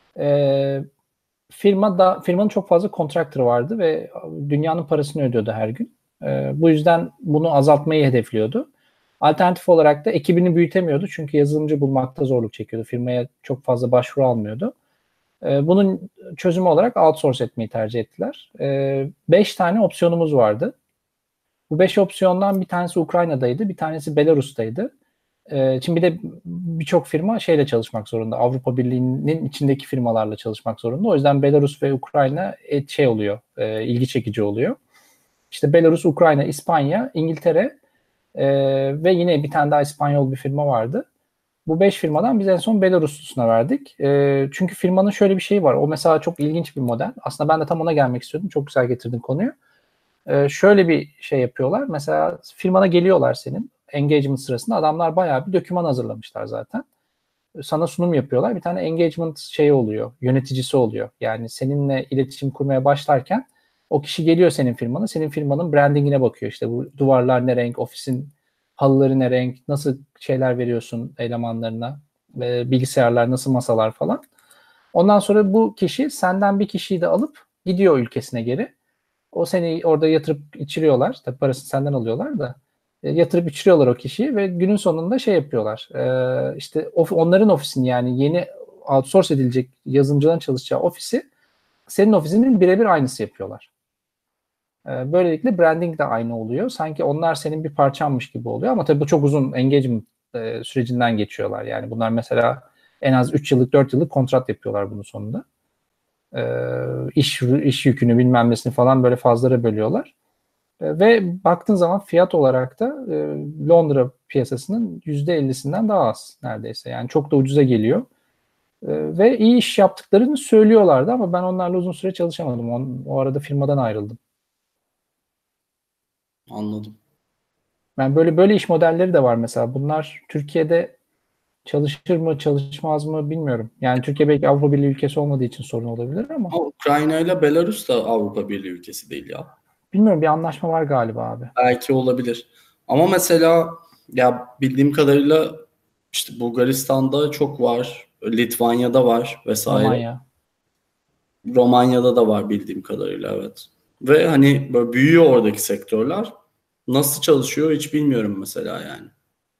firmanın çok fazla contractor vardı ve dünyanın parasını ödüyordu her gün. Bu yüzden bunu azaltmayı hedefliyordu. Alternatif olarak da ekibini büyütemiyordu çünkü yazılımcı bulmakta zorluk çekiyordu. Firmaya çok fazla başvuru almıyordu. Bunun çözümü olarak outsource etmeyi tercih ettiler. 5 tane opsiyonumuz vardı. Bu 5 opsiyondan bir tanesi Ukrayna'daydı, bir tanesi Belarus'taydı. Şimdi bir de birçok firma şeyle çalışmak zorunda. Avrupa Birliği'nin içindeki firmalarla çalışmak zorunda. O yüzden Belarus ve Ukrayna şey oluyor, ilgi çekici oluyor. İşte Belarus, Ukrayna, İspanya, İngiltere ve yine bir tane daha İspanyol bir firma vardı. Bu 5 firmadan biz en son Belarus'lusuna verdik. Çünkü firmanın şöyle bir şeyi var. O mesela çok ilginç bir model. Aslında ben de tam ona gelmek istiyordum. Çok güzel getirdin konuyu. Şöyle bir şey yapıyorlar. Mesela firmana geliyorlar senin. Engagement sırasında adamlar bayağı bir doküman hazırlamışlar zaten. Sana sunum yapıyorlar. Bir tane engagement şeyi oluyor. Yöneticisi oluyor. Yani seninle iletişim kurmaya başlarken o kişi geliyor senin firmana. Senin firmanın brandingine bakıyor. İşte bu duvarlar ne renk, ofisin halıları ne renk, nasıl şeyler veriyorsun elemanlarına, bilgisayarlar nasıl masalar falan. Ondan sonra bu kişi senden bir kişiyi de alıp gidiyor ülkesine geri. O seni orada yatırıp içiriyorlar. Tabii parasını senden alıyorlar da. Yatırıp içiriyorlar o kişiyi ve günün sonunda şey yapıyorlar. İşte onların ofisini yani yeni outsource edilecek yazılımcıların çalışacağı ofisi senin ofisinin birebir aynısı yapıyorlar. Böylelikle branding de aynı oluyor. Sanki onlar senin bir parçanmış gibi oluyor ama tabii bu çok uzun engagement sürecinden geçiyorlar. Yani bunlar mesela en az 3 yıllık 4 yıllık kontrat yapıyorlar bunun sonunda. İş yükünü bilmem nesini falan böyle fazlara bölüyorlar. Ve baktığın zaman fiyat olarak da Londra piyasasının %50'sinden daha az neredeyse. Yani çok da ucuza geliyor. Ve iyi iş yaptıklarını söylüyorlardı ama ben onlarla uzun süre çalışamadım. O arada firmadan ayrıldım. Anladım. Yani böyle iş modelleri de var mesela. Bunlar Türkiye'de çalışır mı, çalışmaz mı bilmiyorum. Yani Türkiye belki Avrupa Birliği ülkesi olmadığı için sorun olabilir ama. Ama Ukrayna ile Belarus da Avrupa Birliği ülkesi değil ya. Bilmiyorum, bir anlaşma var galiba abi. Belki olabilir. Ama mesela ya bildiğim kadarıyla işte Bulgaristan'da çok var, Litvanya'da var vesaire. Romanya. Romanya'da da var bildiğim kadarıyla, evet. Ve hani böyle büyüyor oradaki sektörler. Nasıl çalışıyor hiç bilmiyorum mesela yani.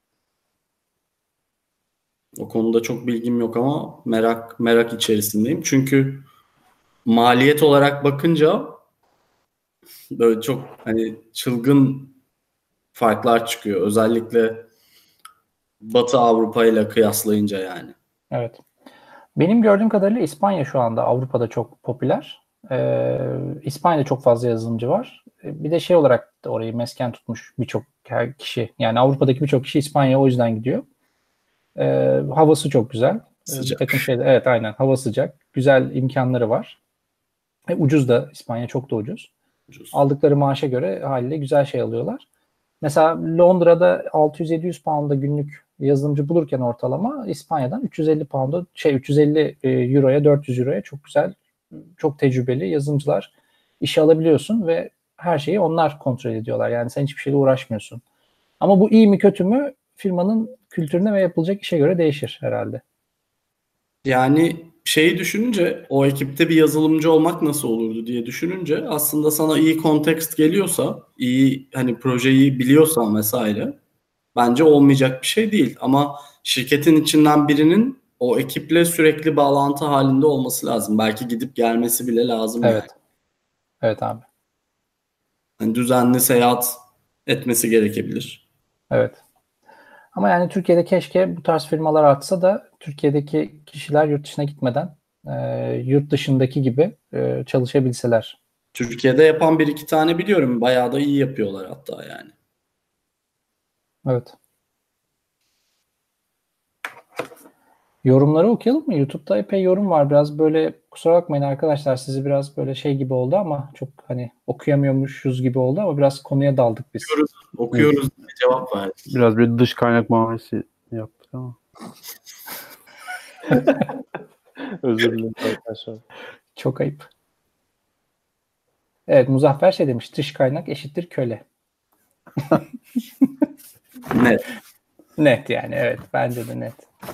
O konuda çok bilgim yok ama merak içerisindeyim. Çünkü maliyet olarak bakınca böyle çok hani çılgın farklar çıkıyor. Özellikle Batı Avrupa ile kıyaslayınca yani. Evet. Benim gördüğüm kadarıyla İspanya şu anda Avrupa'da çok popüler. İspanya'da çok fazla yazılımcı var. Bir de şey olarak da orayı mesken tutmuş birçok kişi. Yani Avrupa'daki birçok kişi İspanya'ya o yüzden gidiyor. Havası çok güzel. Sıcak. Bir takım şeyler, evet aynen, hava sıcak. Güzel imkanları var. Ucuz da, İspanya çok da ucuz. Ucuz. Aldıkları maaşa göre haliyle güzel şey alıyorlar. Mesela Londra'da 600-700 pound'a günlük yazılımcı bulurken ortalama İspanya'dan 350 euroya 400 euroya çok güzel, çok tecrübeli yazılımcılar işe alabiliyorsun ve her şeyi onlar kontrol ediyorlar. Yani sen hiçbir şeyle uğraşmıyorsun. Ama bu iyi mi kötü mü firmanın kültürüne ve yapılacak işe göre değişir herhalde. Yani şeyi düşününce, o ekipte bir yazılımcı olmak nasıl olurdu diye düşününce aslında sana iyi kontekst geliyorsa, iyi hani projeyi biliyorsan vesaire bence olmayacak bir şey değil. Ama şirketin içinden birinin o ekiple sürekli bağlantı halinde olması lazım. Belki gidip gelmesi bile lazım Evet. yani. Evet abi. Hani düzenli seyahat etmesi gerekebilir. Evet. Ama yani Türkiye'de keşke bu tarz firmalar artsa da Türkiye'deki kişiler yurt dışına gitmeden yurt dışındaki gibi çalışabilseler. Türkiye'de yapan bir iki tane biliyorum. Bayağı da iyi yapıyorlar hatta yani. Evet. Yorumları okuyalım mı? YouTube'da epey yorum var. Biraz böyle kusura bakmayın arkadaşlar, sizi biraz böyle şey gibi oldu ama çok hani okuyamıyormuşuz gibi oldu ama biraz konuya daldık biz. Okuyoruz diye cevap verdik. Biraz bir dış kaynak muamelesi yaptık ama. Özür dilerim arkadaşlar. Çok ayıp. Evet, Muzaffer şey demiş. Dış kaynak eşittir köle. Net. Net yani, evet. Bence de net.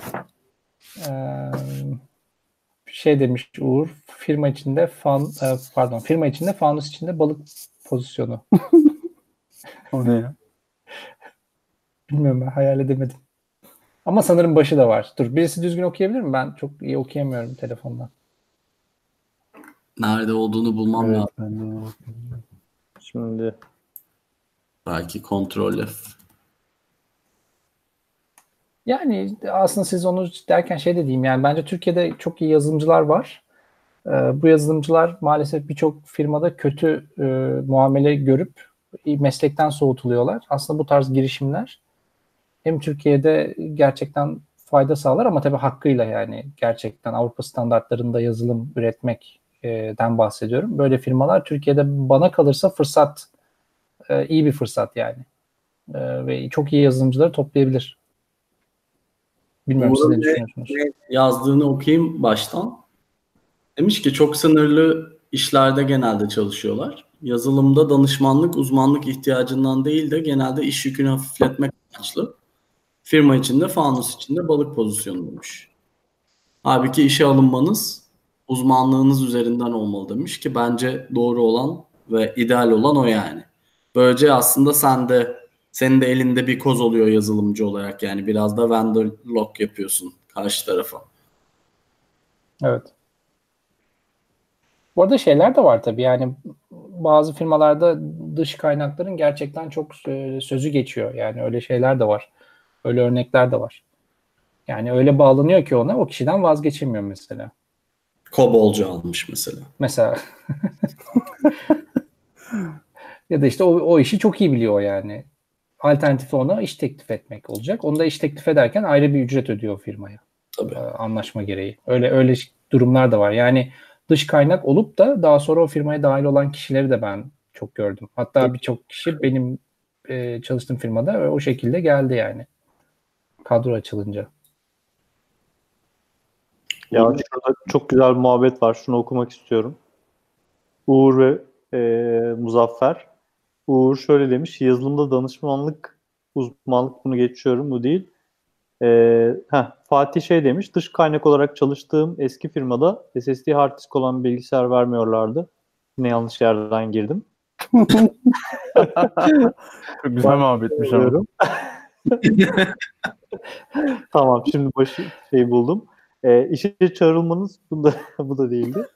Şey demiş Uğur. Firma içinde firma içinde fanus içinde balık pozisyonu. O ne ya? Bilmiyorum, ben hayal edemedim. Ama sanırım başı da var. Dur, birisi düzgün okuyabilir mi? Ben çok iyi okuyamıyorum telefondan. Nerede olduğunu bulmam Evet, lazım. ben de ona bakıyorum. Şimdi Belki kontrol F. Yani aslında siz onu derken şey de diyeyim, yani bence Türkiye'de çok iyi yazılımcılar var. Bu yazılımcılar maalesef birçok firmada kötü muamele görüp meslekten soğutuluyorlar. Aslında bu tarz girişimler hem Türkiye'de gerçekten fayda sağlar ama tabii hakkıyla, yani gerçekten Avrupa standartlarında yazılım üretmekten bahsediyorum. Böyle firmalar Türkiye'de bana kalırsa fırsat, iyi bir fırsat yani. Ve çok iyi yazılımcıları toplayabilir. Bilmiyorum, siz ne düşünüyorsunuz? Yazdığını okuyayım baştan. Demiş ki çok sınırlı işlerde genelde çalışıyorlar. Yazılımda danışmanlık, uzmanlık ihtiyacından değil de genelde iş yükünü hafifletmek amaçlı. Firma içinde, fanus içinde balık pozisyonuymuş. Halbuki işe alınmanız uzmanlığınız üzerinden olmalı demiş ki bence doğru olan ve ideal olan o yani. Böylece aslında senin de elinde bir koz oluyor yazılımcı olarak, yani biraz da vendor lock yapıyorsun karşı tarafa. Evet. Bu arada şeyler de var tabii, yani bazı firmalarda dış kaynakların gerçekten çok sözü geçiyor. Yani öyle şeyler de var. Öyle örnekler de var. Yani öyle bağlanıyor ki ona, o kişiden vazgeçemiyor mesela. Kobolcu almış mesela. Mesela ya da işte o işi çok iyi biliyor yani. Alternatifi ona iş teklif etmek olacak. Onu da iş teklif ederken ayrı bir ücret ödüyor firmaya. Tabii. Anlaşma gereği. Öyle durumlar da var. Yani dış kaynak olup da daha sonra o firmaya dahil olan kişileri de ben çok gördüm. Hatta birçok kişi benim çalıştığım firmada o şekilde geldi yani. Kadro açılınca. ya şurada çok güzel bir muhabbet var. Şunu okumak istiyorum. Uğur ve Muzaffer. Uğur şöyle demiş. Yazılımda danışmanlık, uzmanlık, bunu geçiyorum. Bu değil. Fatih şey demiş. Dış kaynak olarak çalıştığım eski firmada SSD hard disk olan bir bilgisayar vermiyorlardı. Yine yanlış yerden girdim. Çok güzel muhabbetmiş ama. Tamam, şimdi başı şey buldum. İşe çağrılmanız bu da değildi.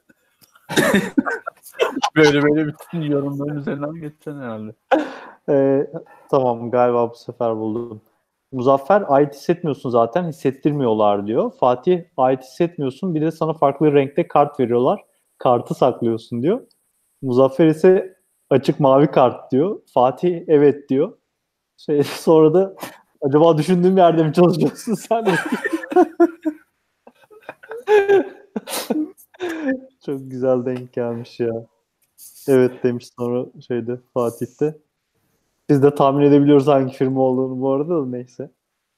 Böyle bütün yorumların üzerinden geçeceksin herhalde. Tamam, galiba bu sefer buldum. Muzaffer ait hissetmiyorsun, zaten hissettirmiyorlar diyor. Fatih ait hissetmiyorsun, bir de sana farklı renkte kart veriyorlar. Kartı saklıyorsun diyor. Muzaffer ise açık mavi kart diyor. Fatih evet diyor. Sonra da acaba düşündüğüm yerde mi çalışıyorsun sen de? Çok güzel denk gelmiş ya. Evet demiş sonra Fatih'te. Biz de tahmin edebiliyoruz hangi firma olduğunu bu arada da, neyse.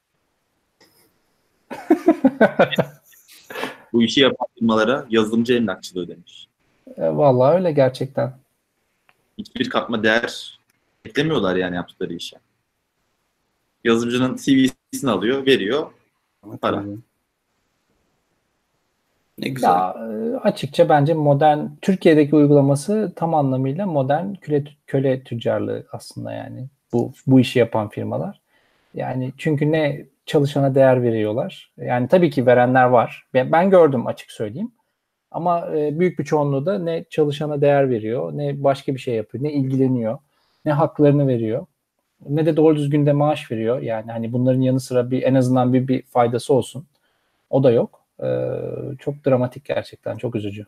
Bu işi yapan firmalara yazılımcı emlakçılığı demiş. Vallahi öyle gerçekten. Hiçbir katma değer eklemiyorlar yani yaptıkları işe. Yazılımcının CV'sini alıyor, veriyor. Para. Ne güzel. Ya açıkça bence Türkiye'deki uygulaması tam anlamıyla modern köle tüccarlığı aslında yani. Bu işi yapan firmalar. Yani çünkü ne çalışana değer veriyorlar. Yani tabii ki verenler var. Ben gördüm, açık söyleyeyim. Ama büyük bir çoğunluğu da ne çalışana değer veriyor, ne başka bir şey yapıyor, ne ilgileniyor, ne haklarını veriyor, ne de doğru düzgün de maaş veriyor. Yani hani bunların yanı sıra en azından bir faydası olsun. O da yok. Çok dramatik gerçekten, çok üzücü.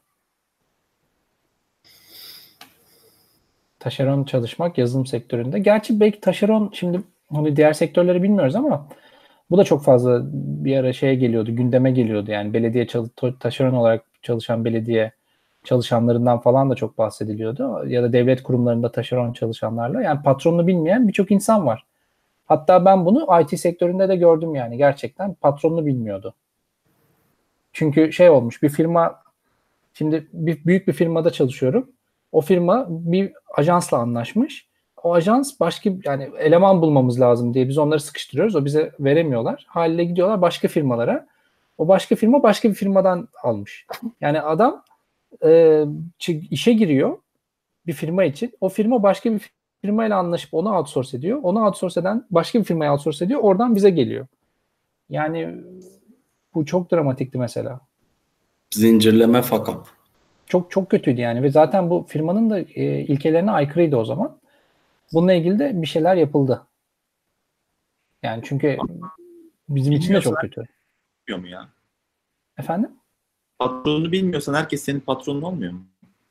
Taşeron çalışmak yazılım sektöründe. Gerçi belki taşeron, şimdi hani diğer sektörleri bilmiyoruz ama Bu da çok fazla bir ara şeye geliyordu, gündeme geliyordu. Yani belediye taşeron olarak çalışan belediye çalışanlarından falan da çok bahsediliyordu. Ya da devlet kurumlarında taşeron çalışanlarla. Yani patronunu bilmeyen birçok insan var. Hatta ben bunu IT sektöründe de gördüm yani. Gerçekten patronunu bilmiyordu. Çünkü şey olmuş, bir firma, şimdi büyük bir firmada çalışıyorum. O firma bir ajansla anlaşmış. O ajans yani eleman bulmamız lazım diye biz onları sıkıştırıyoruz. O bize veremiyorlar. Haliyle gidiyorlar başka firmalara. O başka firma başka bir firmadan almış. Yani adam işe giriyor bir firma için. O firma başka bir firmayla anlaşıp onu outsource ediyor. Onu outsource eden başka bir firmaya outsource ediyor. Oradan bize geliyor. Yani bu çok dramatikti mesela. Zincirleme fuck up. Çok çok kötüydü yani ve zaten bu firmanın da ilkelerine aykırıydı o zaman. Bununla ilgili de bir şeyler yapıldı. Yani çünkü bizim için de çok kötü. Bilmiyor mu ya? Efendim? Patronunu bilmiyorsan herkes senin patronun olmuyor mu?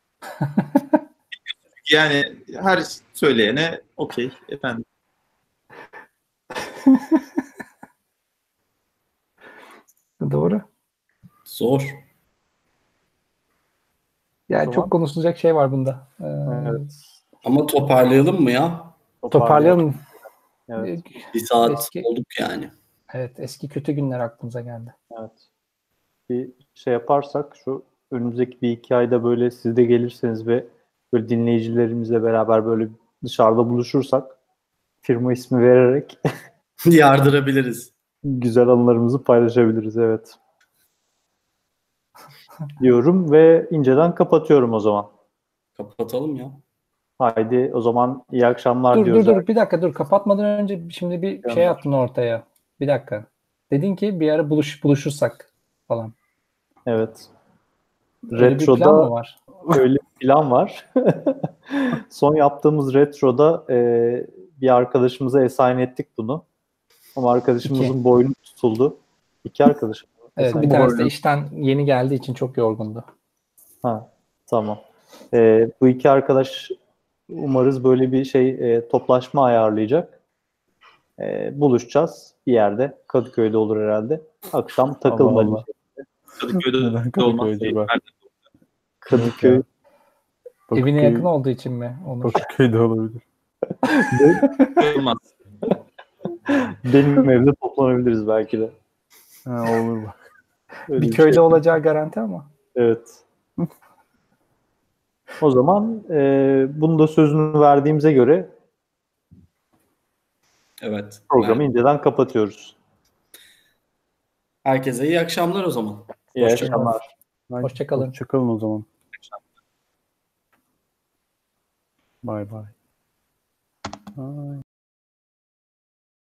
Yani her söyleyene okey efendim. Doğru. Zor. Yani Tamam. çok konuşulacak şey var bunda. Evet. Ama toparlayalım mı ya? Toparlayalım. Evet. Bir saat Eski- olduk yani. Evet, eski kötü günler aklımıza geldi. Evet. Bir şey yaparsak şu önümüzdeki bir iki ayda böyle siz de gelirseniz ve böyle dinleyicilerimizle beraber böyle dışarıda buluşursak firma ismi vererek Yardırabiliriz. güzel anılarımızı paylaşabiliriz. Evet. Diyorum ve inceden kapatıyorum o zaman. Kapatalım ya. Haydi o zaman iyi akşamlar Dur diyoruz. bir dakika dur. Kapatmadan önce şimdi bir şey attın ortaya. Bir dakika. Dedin ki bir ara buluşursak falan. Evet. Öyle bir plan mı Retro'da var? öyle bir plan var. Son yaptığımız Retro'da bir arkadaşımıza assign ettik bunu. Ama arkadaşımızın boynu tutuldu. İki arkadaşım. Evet, bir tanesi de işten yeni geldiği için çok yorgundu. Ha, tamam. Bu iki arkadaş umarız böyle bir toplaşma ayarlayacak. Buluşacağız bir yerde. Kadıköy'de olur herhalde. Akşam takılmaca. Allah. Kadıköy'de Neden de olmaz. Kadıköy'de bak? Kadıköy. Evine yakın olduğu için mi? Onur? Bakırköy'de olabilir. olmaz. Benim evde toplanabiliriz belki de. Ha, olur bak. Öyle Bir köyde şey. olacağı garanti ama. Evet. O zaman bunu da sözünü verdiğimize göre Evet. programı inceden kapatıyoruz. Herkese iyi akşamlar o zaman. İyi Hoşça kalın. akşamlar. Hoşça kalın. Hoşça kalın o zaman. Bay bay.